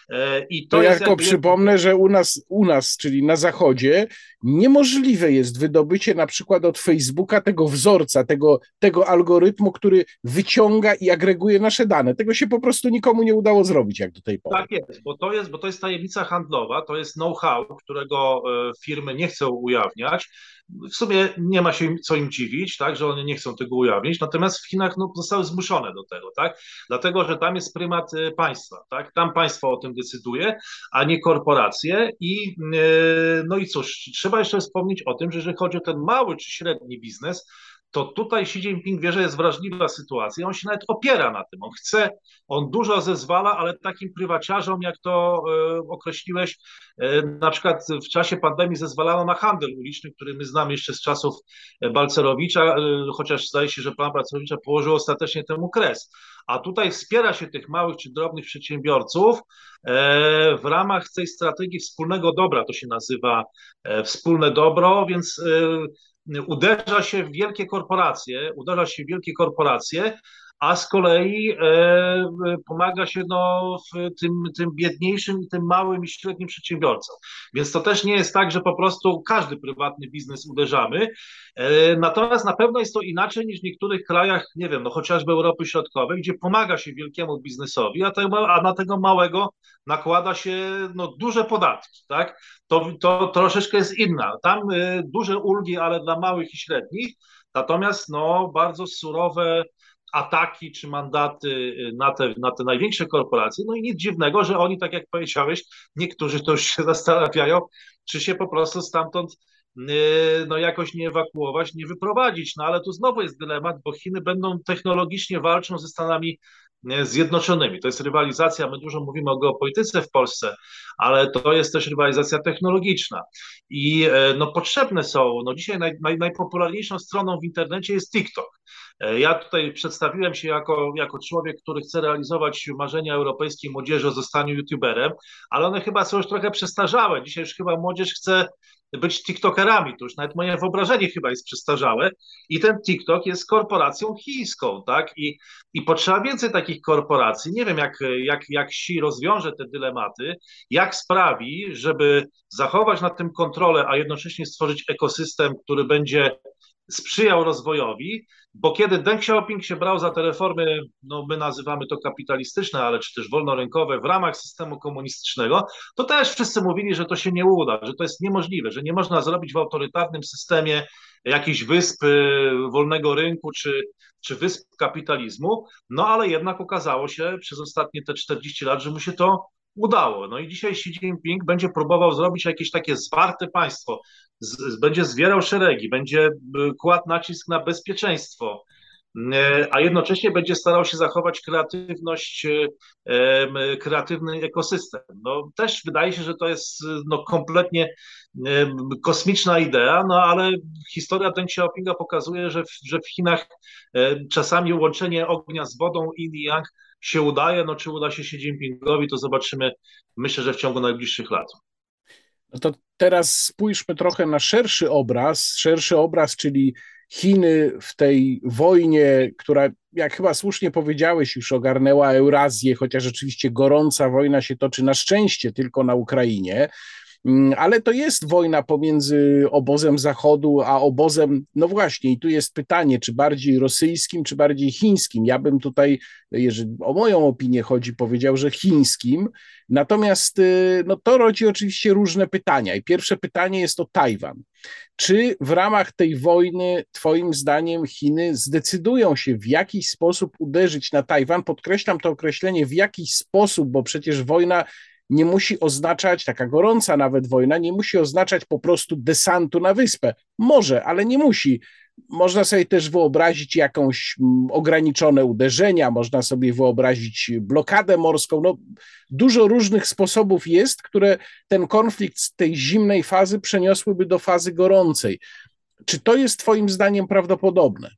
I to, to ja tylko przypomnę, że u nas, u nas, czyli na Zachodzie, niemożliwe jest wydobycie na przykład od Facebooka tego wzorca, tego, tego algorytmu, który wyciąga i agreguje nasze dane. Tego się po prostu nikomu nie udało zrobić, jak do tej pory. Tak jest, bo to jest, bo to jest tajemnica handlowa, to jest know-how, którego firmy nie chcą ujawniać. W sumie nie ma się co im dziwić, tak, że one nie chcą tego ujawnić, natomiast w Chinach no, zostały zmuszone do tego, tak, dlatego, że tam jest prymat państwa, tak, tam państwo o tym decyduje, a nie korporacje i no i cóż, trzeba jeszcze wspomnieć o tym, że jeżeli chodzi o ten mały czy średni biznes, to tutaj Xi Jinping wie, że jest wrażliwa sytuacja, on się nawet opiera na tym, on chce, on dużo zezwala, ale takim prywaciarzom, jak to e, określiłeś, e, na przykład w czasie pandemii zezwalano na handel uliczny, który my znamy jeszcze z czasów Balcerowicza, e, chociaż zdaje się, że plan Balcerowicza położył ostatecznie temu kres. A tutaj wspiera się tych małych czy drobnych przedsiębiorców e, w ramach tej strategii wspólnego dobra, to się nazywa e, wspólne dobro, więc e, uderza się w wielkie korporacje, uderza się w wielkie korporacje, a z kolei e, pomaga się no, w tym, tym biedniejszym i tym małym i średnim przedsiębiorcom. Więc to też nie jest tak, że po prostu każdy prywatny biznes uderzamy. E, natomiast na pewno jest to inaczej niż w niektórych krajach, nie wiem, no chociażby Europy Środkowej, gdzie pomaga się wielkiemu biznesowi, a, tego, a na tego małego nakłada się no, duże podatki, tak? To, to troszeczkę jest inna. Tam y, duże ulgi, ale dla małych i średnich, Natomiast no, bardzo surowe ataki czy mandaty na te, na te największe korporacje. No i nic dziwnego, że oni, tak jak powiedziałeś, niektórzy to już się zastanawiają, czy się po prostu stamtąd no jakoś nie ewakuować, nie wyprowadzić. No ale tu znowu jest dylemat, bo Chiny będą technologicznie walczą ze Stanami Zjednoczonymi. To jest rywalizacja, my dużo mówimy o geopolityce w Polsce, ale to jest też rywalizacja technologiczna. I no, potrzebne są, no dzisiaj naj, naj, najpopularniejszą stroną w internecie jest TikTok. Ja tutaj przedstawiłem się jako, jako człowiek, który chce realizować marzenia europejskiej młodzieży o zostaniu youtuberem, ale one chyba są już trochę przestarzałe. Dzisiaj już chyba młodzież chce być tiktokerami, to już nawet moje wyobrażenie chyba jest przestarzałe i ten TikTok jest korporacją chińską, tak? I, i potrzeba więcej takich korporacji. Nie wiem, jak, jak, jak Xi rozwiąże te dylematy, jak sprawi, żeby zachować nad tym kontrolę, a jednocześnie stworzyć ekosystem, który będzie sprzyjał rozwojowi, bo kiedy Deng Xiaoping się brał za te reformy, no my nazywamy to kapitalistyczne, ale czy też wolnorynkowe w ramach systemu komunistycznego, to też wszyscy mówili, że to się nie uda, że to jest niemożliwe, że nie można zrobić w autorytarnym systemie jakiejś wysp wolnego rynku czy, czy wysp kapitalizmu, no ale jednak okazało się przez ostatnie te czterdzieści lat, że mu się to udało. No i dzisiaj Xi Jinping będzie próbował zrobić jakieś takie zwarte państwo, z, będzie zwierał szeregi, będzie kładł nacisk na bezpieczeństwo, a jednocześnie będzie starał się zachować kreatywność, kreatywny ekosystem. No, też wydaje się, że to jest no, kompletnie kosmiczna idea, no ale historia Deng Xiaopinga pokazuje, że w, że w Chinach czasami łączenie ognia z wodą, yin i yang się udaje, no czy uda się Xi Jinpingowi, to zobaczymy, myślę, że w ciągu najbliższych lat. No to teraz spójrzmy trochę na szerszy obraz, szerszy obraz, czyli Chiny w tej wojnie, która, jak chyba słusznie powiedziałeś, już ogarnęła Eurazję, chociaż rzeczywiście gorąca wojna się toczy na szczęście tylko na Ukrainie. Ale to jest wojna pomiędzy obozem Zachodu a obozem, no właśnie, i tu jest pytanie, czy bardziej rosyjskim, czy bardziej chińskim. Ja bym tutaj, jeżeli o moją opinię chodzi, powiedział, że chińskim. Natomiast no, to rodzi oczywiście różne pytania. I pierwsze pytanie jest o Tajwan. Czy w ramach tej wojny, Twoim zdaniem, Chiny zdecydują się w jakiś sposób uderzyć na Tajwan? Podkreślam to określenie w jakiś sposób, bo przecież wojna nie musi oznaczać, taka gorąca nawet wojna, nie musi oznaczać po prostu desantu na wyspę. Może, ale nie musi. Można sobie też wyobrazić jakąś ograniczone uderzenia, można sobie wyobrazić blokadę morską. No, dużo różnych sposobów jest, które ten konflikt z tej zimnej fazy przeniosłyby do fazy gorącej. Czy to jest Twoim zdaniem prawdopodobne?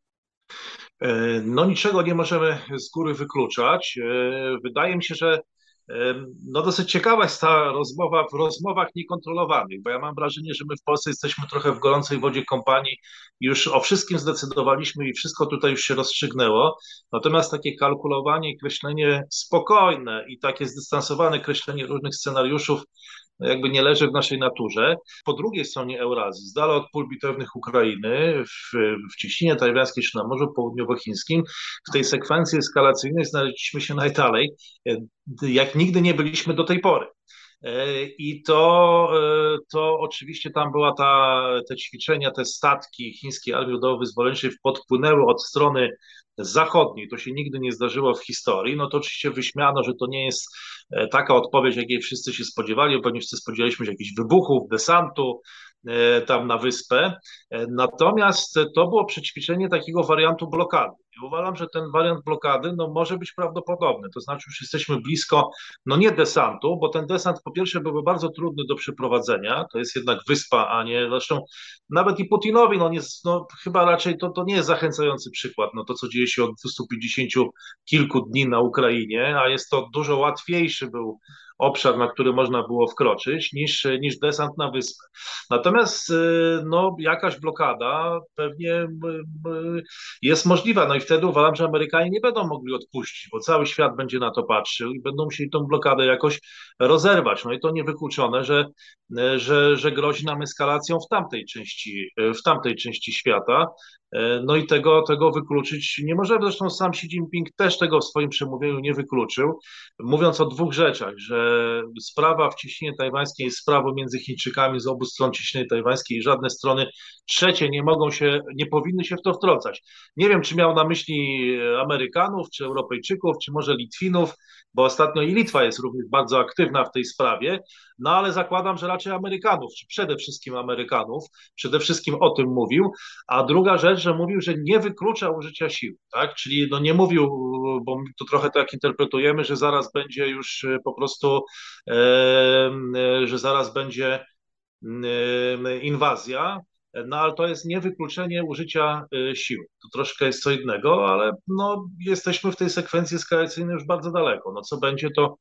No niczego nie możemy z góry wykluczać. Wydaje mi się, że no dosyć ciekawa jest ta rozmowa w rozmowach niekontrolowanych, bo ja mam wrażenie, że my w Polsce jesteśmy trochę w gorącej wodzie kąpani i już o wszystkim zdecydowaliśmy i wszystko tutaj już się rozstrzygnęło. Natomiast takie kalkulowanie, kreślenie spokojne i takie zdystansowane kreślenie różnych scenariuszów jakby nie leży w naszej naturze. Po drugiej stronie Eurazji, z dala od pól bitewnych Ukrainy, w, w Cieśninie Tajwańskiej czy na Morzu Południowochińskim, w tej sekwencji eskalacyjnej znaleźliśmy się najdalej, jak nigdy nie byliśmy do tej pory. I to, to oczywiście tam była ta, te ćwiczenia, te statki chińskiej Armii Ludowo-Wyzwoleńczej podpłynęły od strony zachodniej. To się nigdy nie zdarzyło w historii. No to oczywiście wyśmiano, że to nie jest taka odpowiedź, jakiej wszyscy się spodziewali, bo pewnie wszyscy spodziewaliśmy się jakichś wybuchów, desantu tam na wyspę. Natomiast to było przećwiczenie takiego wariantu blokady. I uważam, że ten wariant blokady no, może być prawdopodobny. To znaczy już jesteśmy blisko, no nie desantu, bo ten desant po pierwsze byłby bardzo trudny do przeprowadzenia. To jest jednak wyspa, a nie, zresztą nawet i Putinowi, no, nie, no chyba raczej to, to nie jest zachęcający przykład. No to, co dzieje się od dwustu pięćdziesięciu kilku dni na Ukrainie, a jest to dużo łatwiejszy był obszar, na który można było wkroczyć, niż, niż desant na wyspę. Natomiast no, jakaś blokada pewnie jest możliwa. No i wtedy uważam, że Amerykanie nie będą mogli odpuścić, bo cały świat będzie na to patrzył i będą musieli tą blokadę jakoś rozerwać. No i to niewykluczone, że, że, że grozi nam eskalacją w tamtej części, w tamtej części świata. No i tego, tego wykluczyć nie możemy. Zresztą sam Xi Jinping też tego w swoim przemówieniu nie wykluczył, mówiąc o dwóch rzeczach, że sprawa w cieśninie tajwańskiej jest sprawą między Chińczykami z obu stron cieśniny tajwańskiej i żadne strony trzecie nie mogą się, nie powinny się w to wtrącać. Nie wiem, czy miał na myśli Amerykanów, czy Europejczyków, czy może Litwinów, bo ostatnio i Litwa jest również bardzo aktywna w tej sprawie, no ale zakładam, że raczej Amerykanów, czy przede wszystkim Amerykanów, przede wszystkim o tym mówił, a druga rzecz, że mówił, że nie wyklucza użycia siły, tak, czyli no nie mówił, bo my to trochę tak interpretujemy, że zaraz będzie już po prostu, e, e, że zaraz będzie e, inwazja, no ale to jest niewykluczenie użycia e, siły. To troszkę jest co innego, ale no, jesteśmy w tej sekwencji eskalacyjnej już bardzo daleko. No co będzie, to,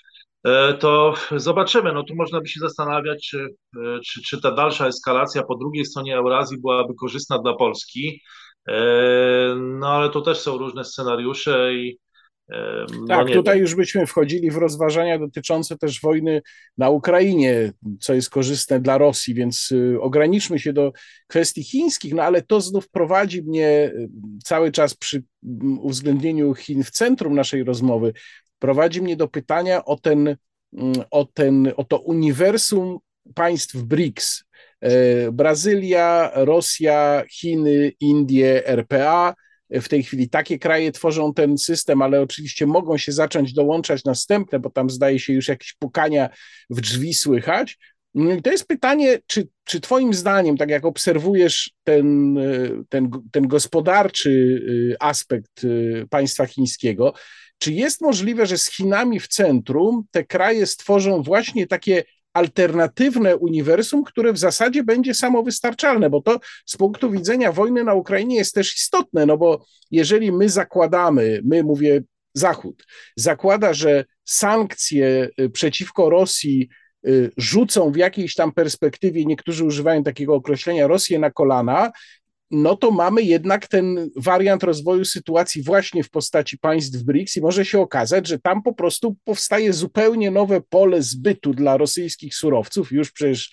e, to zobaczymy. No tu można by się zastanawiać, czy, e, czy, czy ta dalsza eskalacja po drugiej stronie Eurazji byłaby korzystna dla Polski. E, No ale to też są różne scenariusze i e, no Tak, nie wiem. tutaj już byśmy wchodzili w rozważania dotyczące też wojny na Ukrainie, co jest korzystne dla Rosji, więc y, ograniczmy się do kwestii chińskich, no ale to znów prowadzi mnie y, cały czas przy mm, uwzględnieniu Chin w centrum naszej rozmowy, prowadzi mnie do pytania o ten, mm, o ten, o to uniwersum państw BRICS. E, Brazylia, Rosja, Chiny, Indie, R P A. W tej chwili takie kraje tworzą ten system, ale oczywiście mogą się zacząć dołączać następne, bo tam zdaje się już jakieś pukania w drzwi słychać. No i to jest pytanie, czy, czy Twoim zdaniem, tak jak obserwujesz ten, ten, ten gospodarczy aspekt państwa chińskiego, czy jest możliwe, że z Chinami w centrum te kraje stworzą właśnie takie alternatywne uniwersum, które w zasadzie będzie samowystarczalne, bo to z punktu widzenia wojny na Ukrainie jest też istotne, no bo jeżeli my zakładamy, my mówię Zachód, zakłada, że sankcje przeciwko Rosji rzucą w jakiejś tam perspektywie, niektórzy używają takiego określenia, Rosję na kolana, no to mamy jednak ten wariant rozwoju sytuacji właśnie w postaci państw BRICS i może się okazać, że tam po prostu powstaje zupełnie nowe pole zbytu dla rosyjskich surowców. Już przecież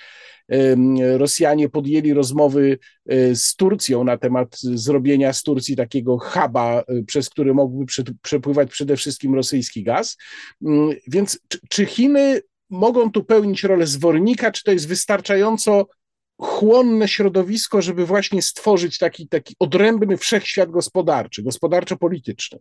Rosjanie podjęli rozmowy z Turcją na temat zrobienia z Turcji takiego huba, przez który mógłby przepływać przede wszystkim rosyjski gaz. Więc czy, czy Chiny mogą tu pełnić rolę zwornika, czy to jest wystarczająco chłonne środowisko, żeby właśnie stworzyć taki, taki odrębny wszechświat gospodarczy, gospodarczo-polityczny?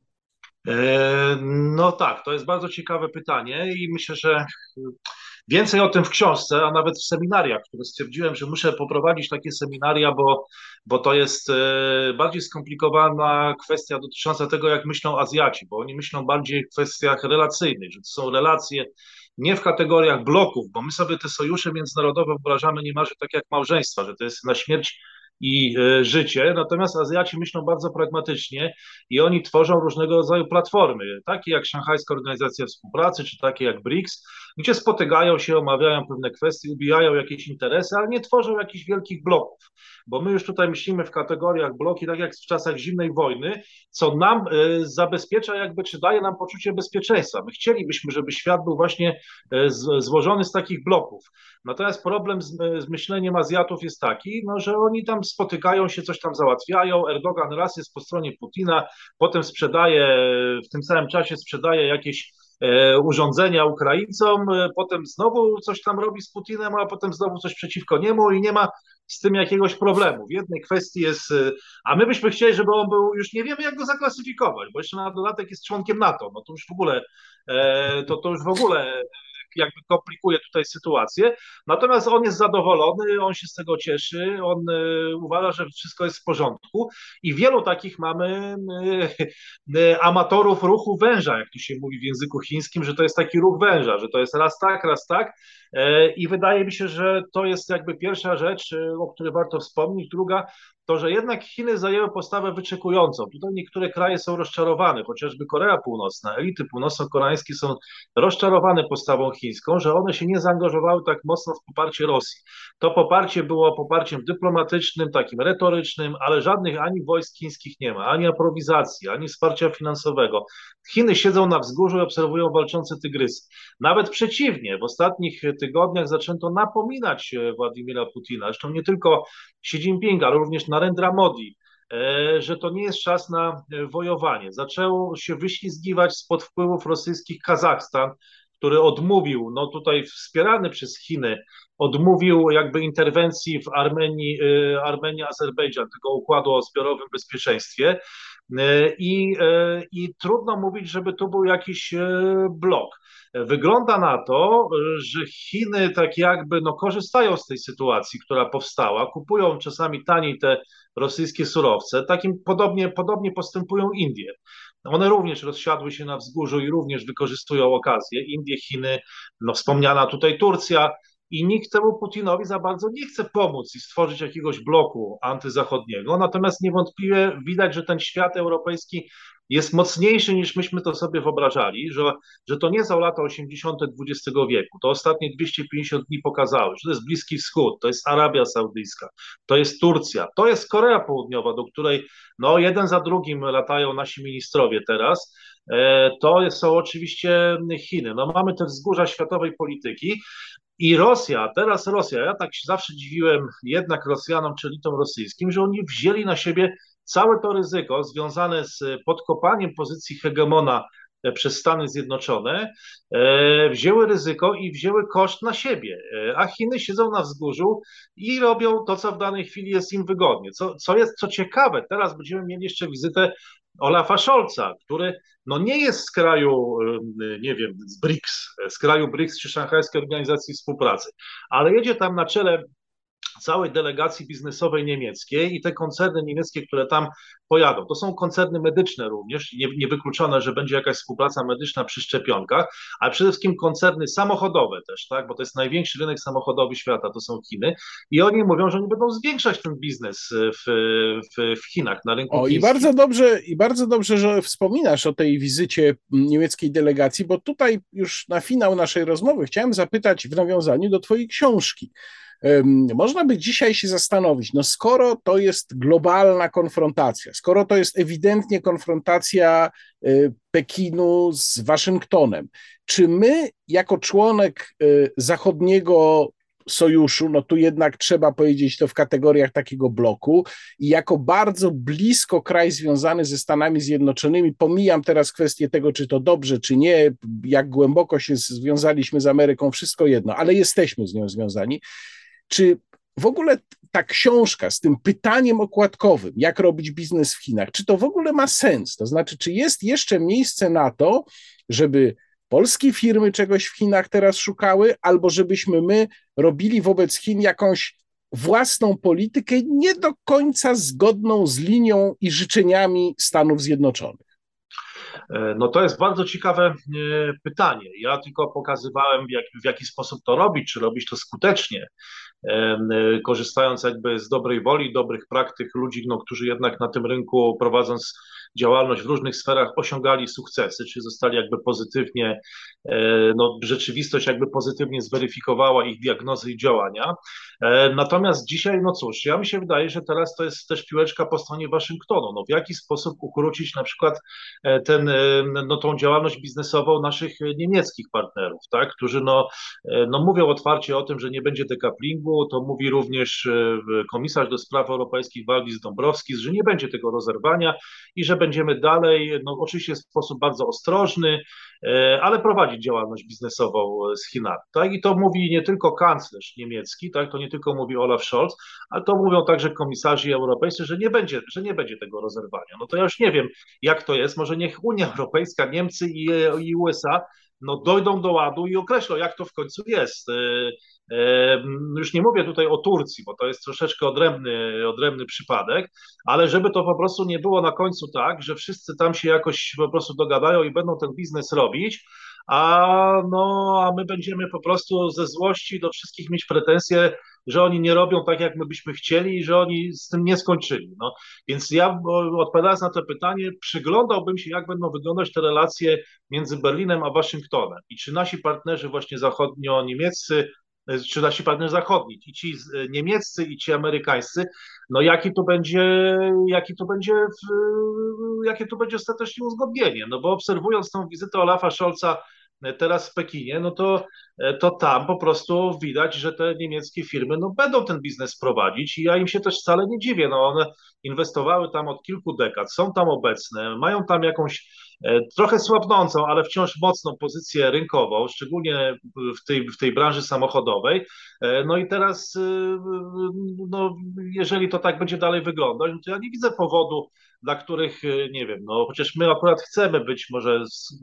No tak, to jest bardzo ciekawe pytanie i myślę, że więcej o tym w książce, a nawet w seminariach, które stwierdziłem, że muszę poprowadzić takie seminaria, bo, bo to jest bardziej skomplikowana kwestia dotycząca tego, jak myślą Azjaci, bo oni myślą bardziej w kwestiach relacyjnych, że to są relacje nie w kategoriach bloków, bo my sobie te sojusze międzynarodowe wyobrażamy niemalże tak jak małżeństwa, że to jest na śmierć i życie, natomiast Azjaci myślą bardzo pragmatycznie i oni tworzą różnego rodzaju platformy, takie jak Szanghajska Organizacja Współpracy, czy takie jak BRICS, gdzie spotykają się, omawiają pewne kwestie, ubijają jakieś interesy, ale nie tworzą jakichś wielkich bloków, bo my już tutaj myślimy w kategoriach bloki, tak jak w czasach zimnej wojny, co nam y, zabezpiecza jakby, czy daje nam poczucie bezpieczeństwa. My chcielibyśmy, żeby świat był właśnie y, z, złożony z takich bloków. Natomiast problem z, z myśleniem Azjatów jest taki, no, że oni tam spotykają się, coś tam załatwiają, Erdogan raz jest po stronie Putina, potem sprzedaje, w tym samym czasie sprzedaje jakieś urządzenia Ukraińcom, potem znowu coś tam robi z Putinem, a potem znowu coś przeciwko niemu i nie ma z tym jakiegoś problemu. W jednej kwestii jest, a my byśmy chcieli, żeby on był, już nie wiemy jak go zaklasyfikować, bo jeszcze na dodatek jest członkiem NATO, no to już w ogóle, to, to już w ogóle jakby komplikuje tutaj sytuację. Natomiast on jest zadowolony, on się z tego cieszy, on y, uważa, że wszystko jest w porządku i wielu takich mamy y, y, amatorów ruchu węża, jak tu się mówi w języku chińskim, że to jest taki ruch węża, że to jest raz tak, raz tak y, i wydaje mi się, że to jest jakby pierwsza rzecz, y, o której warto wspomnieć. Druga, to, że jednak Chiny zajęły postawę wyczekującą. Tutaj niektóre kraje są rozczarowane, chociażby Korea Północna, elity północno-koreańskie są rozczarowane postawą chińską, że one się nie zaangażowały tak mocno w poparcie Rosji. To poparcie było poparciem dyplomatycznym, takim retorycznym, ale żadnych ani wojsk chińskich nie ma, ani aprowizacji, ani wsparcia finansowego. Chiny siedzą na wzgórzu i obserwują walczące tygrysy. Nawet przeciwnie, w ostatnich tygodniach zaczęto napominać Władimira Putina, zresztą nie tylko Xi Jinpinga, ale również Narendra Modi, że to nie jest czas na wojowanie. Zaczął się wyślizgiwać spod wpływów rosyjskich Kazachstan, który odmówił, no tutaj wspierany przez Chiny, odmówił jakby interwencji w Armenii, Armenii, Azerbejdżan, tego układu o zbiorowym bezpieczeństwie. I, I trudno mówić, żeby tu był jakiś blok. Wygląda na to, że Chiny tak jakby no, korzystają z tej sytuacji, która powstała, kupują czasami taniej te rosyjskie surowce. Takim podobnie, podobnie postępują Indie. One również rozsiadły się na wzgórzu i również wykorzystują okazję. Indie, Chiny, no wspomniana tutaj Turcja, i nikt temu Putinowi za bardzo nie chce pomóc i stworzyć jakiegoś bloku antyzachodniego. Natomiast niewątpliwie widać, że ten świat europejski jest mocniejszy niż myśmy to sobie wyobrażali, że, że to nie są lata osiemdziesiąte dwudziestego wieku. To ostatnie dwieście pięćdziesiąt dni pokazały, że to jest Bliski Wschód, to jest Arabia Saudyjska, to jest Turcja, to jest Korea Południowa, do której no, jeden za drugim latają nasi ministrowie teraz. To są oczywiście Chiny. No, mamy te wzgórza światowej polityki. I Rosja, teraz Rosja, ja tak się zawsze dziwiłem jednak Rosjanom czy elitom rosyjskim, że oni wzięli na siebie całe to ryzyko związane z podkopaniem pozycji hegemona przez Stany Zjednoczone, wzięły ryzyko i wzięły koszt na siebie, a Chiny siedzą na wzgórzu i robią to, co w danej chwili jest im wygodnie. Co, co jest co ciekawe, teraz będziemy mieli jeszcze wizytę Olafa Scholza, który no nie jest z kraju, nie wiem, z BRICS, z kraju BRICS czy Szanghajskiej Organizacji Współpracy, ale jedzie tam na czele całej delegacji biznesowej niemieckiej i te koncerny niemieckie, które tam pojadą, to są koncerny medyczne również, nie, niewykluczone, że będzie jakaś współpraca medyczna przy szczepionkach, ale przede wszystkim koncerny samochodowe też, tak, bo to jest największy rynek samochodowy świata, to są Chiny i oni mówią, że oni będą zwiększać ten biznes w, w, w Chinach, na rynku O, chińskim. i bardzo dobrze, i bardzo dobrze, że wspominasz o tej wizycie niemieckiej delegacji, bo tutaj już na finał naszej rozmowy chciałem zapytać w nawiązaniu do twojej książki. Można by dzisiaj się zastanowić, no skoro to jest globalna konfrontacja, skoro to jest ewidentnie konfrontacja Pekinu z Waszyngtonem, czy my jako członek zachodniego sojuszu, no tu jednak trzeba powiedzieć to w kategoriach takiego bloku i jako bardzo blisko kraj związany ze Stanami Zjednoczonymi, pomijam teraz kwestię tego, czy to dobrze, czy nie, jak głęboko się związaliśmy z Ameryką, wszystko jedno, ale jesteśmy z nią związani. Czy w ogóle ta książka z tym pytaniem okładkowym, jak robić biznes w Chinach, czy to w ogóle ma sens? To znaczy, czy jest jeszcze miejsce na to, żeby polskie firmy czegoś w Chinach teraz szukały, albo żebyśmy my robili wobec Chin jakąś własną politykę nie do końca zgodną z linią i życzeniami Stanów Zjednoczonych? No to jest bardzo ciekawe pytanie. Ja tylko pokazywałem, w jaki, w jaki sposób to robić, czy robić to skutecznie, korzystając jakby z dobrej woli, dobrych praktyk ludzi, no, którzy jednak na tym rynku, prowadząc działalność w różnych sferach, osiągali sukcesy, czy zostali jakby pozytywnie, no rzeczywistość jakby pozytywnie zweryfikowała ich diagnozy i działania. Natomiast dzisiaj, no cóż, ja mi się wydaje, że teraz to jest też piłeczka po stronie Waszyngtonu. No w jaki sposób ukrócić na przykład ten, no, tą działalność biznesową naszych niemieckich partnerów, tak, którzy no, no mówią otwarcie o tym, że nie będzie decouplingu, to mówi również komisarz do spraw europejskich Valdis Dombrovskis, że nie będzie tego rozerwania i że będziemy dalej, no oczywiście w sposób bardzo ostrożny, ale prowadzić działalność biznesową z Chinami, tak, i to mówi nie tylko kanclerz niemiecki, tak, to nie tylko mówi Olaf Scholz, ale to mówią także komisarze europejscy, że nie będzie, że nie będzie tego rozerwania. No to ja już nie wiem, jak to jest, może niech Unia Europejska, Niemcy i, i U S A no dojdą do ładu i określą, jak to w końcu jest. Już nie mówię tutaj o Turcji, bo to jest troszeczkę odrębny, odrębny przypadek, ale żeby to po prostu nie było na końcu tak, że wszyscy tam się jakoś po prostu dogadają i będą ten biznes robić, a, no, a my będziemy po prostu ze złości do wszystkich mieć pretensje, że oni nie robią tak, jak my byśmy chcieli i że oni z tym nie skończyli. No, więc ja, odpowiadając na to pytanie, przyglądałbym się, jak będą wyglądać te relacje między Berlinem a Waszyngtonem i czy nasi partnerzy właśnie zachodnio-niemieccy, czy nasi partnerzy zachodni, i ci niemieccy, i ci amerykańscy, no jaki to będzie, jaki to będzie, jakie to będzie ostatecznie uzgodnienie, no bo obserwując tą wizytę Olafa Scholza teraz w Pekinie, no to, to tam po prostu widać, że te niemieckie firmy no, będą ten biznes prowadzić i ja im się też wcale nie dziwię. No, one inwestowały tam od kilku dekad, są tam obecne, mają tam jakąś e, trochę słabnącą, ale wciąż mocną pozycję rynkową, szczególnie w tej, w tej branży samochodowej. E, No i teraz, e, no, jeżeli to tak będzie dalej wyglądać, no to ja nie widzę powodu, dla których, e, nie wiem, no chociaż my akurat chcemy być może z,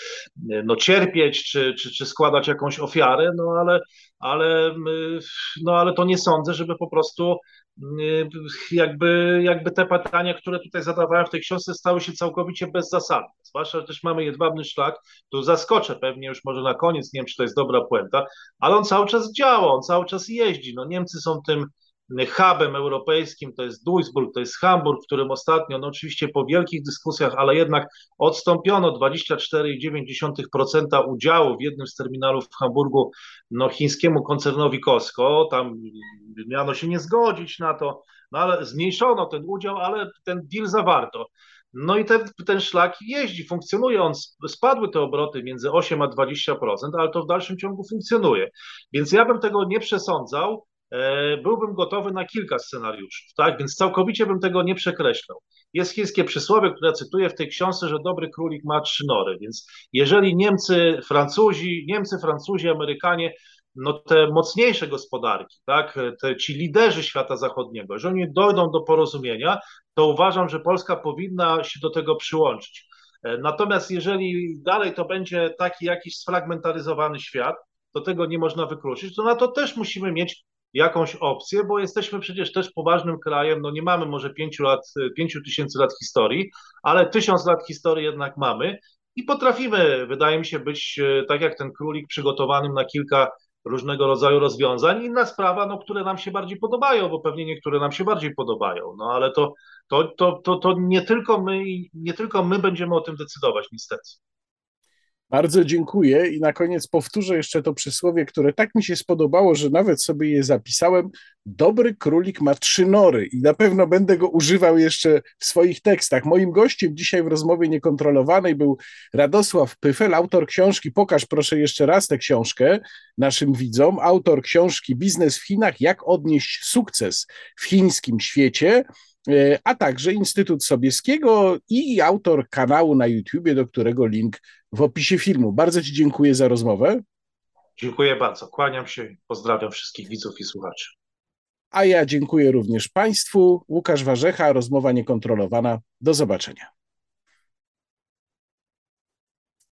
e, no, cierpieć czy, czy, czy składać jakąś ofiarę, no ale, ale, e, no ale to nie sądzę, żeby po prostu y, jakby, jakby te pytania, które tutaj zadawałem w tej książce, stały się całkowicie bezzasadne. Zwłaszcza, że też mamy jedwabny szlak, tu zaskoczę pewnie już może na koniec, nie wiem, czy to jest dobra puenta, ale on cały czas działa, on cały czas jeździ. No, Niemcy są tym hubem europejskim, to jest Duisburg, to jest Hamburg, w którym ostatnio, no oczywiście po wielkich dyskusjach, ale jednak odstąpiono dwadzieścia cztery przecinek dziewięć procent udziału w jednym z terminalów w Hamburgu no, chińskiemu koncernowi Costco. Tam miano się nie zgodzić na to, no ale zmniejszono ten udział, ale ten deal zawarto. No i ten, ten szlak jeździ, funkcjonuje, on spadły te obroty między osiem a dwadzieścia procent, ale to w dalszym ciągu funkcjonuje. Więc ja bym tego nie przesądzał, e, byłbym gotowy na kilka scenariuszów, tak? Więc całkowicie bym tego nie przekreślał. Jest chińskie przysłowie, które cytuję w tej książce, że dobry królik ma trzy nory, więc jeżeli Niemcy, Francuzi, Niemcy, Francuzi, Amerykanie, no te mocniejsze gospodarki, tak, te, ci liderzy świata zachodniego, że oni dojdą do porozumienia, to uważam, że Polska powinna się do tego przyłączyć. Natomiast jeżeli dalej to będzie taki jakiś sfragmentaryzowany świat, to tego nie można wykluczyć, to na to też musimy mieć jakąś opcję, bo jesteśmy przecież też poważnym krajem, no nie mamy może pięciu lat, pięciu tysięcy lat historii, ale tysiąc lat historii jednak mamy i potrafimy, wydaje mi się, być tak jak ten królik przygotowanym na kilka różnego rodzaju rozwiązań. Inna sprawa, no, które nam się bardziej podobają, bo pewnie niektóre nam się bardziej podobają, no ale to, to, to, to, to nie tylko my, nie tylko my będziemy o tym decydować, niestety. Bardzo dziękuję i na koniec powtórzę jeszcze to przysłowie, które tak mi się spodobało, że nawet sobie je zapisałem. Dobry królik ma trzy nory i na pewno będę go używał jeszcze w swoich tekstach. Moim gościem dzisiaj w rozmowie niekontrolowanej był Radosław Pyfel, autor książki, pokaż proszę jeszcze raz tę książkę naszym widzom, autor książki Biznes w Chinach, jak odnieść sukces w chińskim świecie, a także Instytut Sobieskiego i autor kanału na YouTubie, do którego link w opisie filmu. Bardzo Ci dziękuję za rozmowę. Dziękuję bardzo. Kłaniam się i pozdrawiam wszystkich widzów i słuchaczy. A ja dziękuję również Państwu. Łukasz Warzecha, rozmowa niekontrolowana. Do zobaczenia.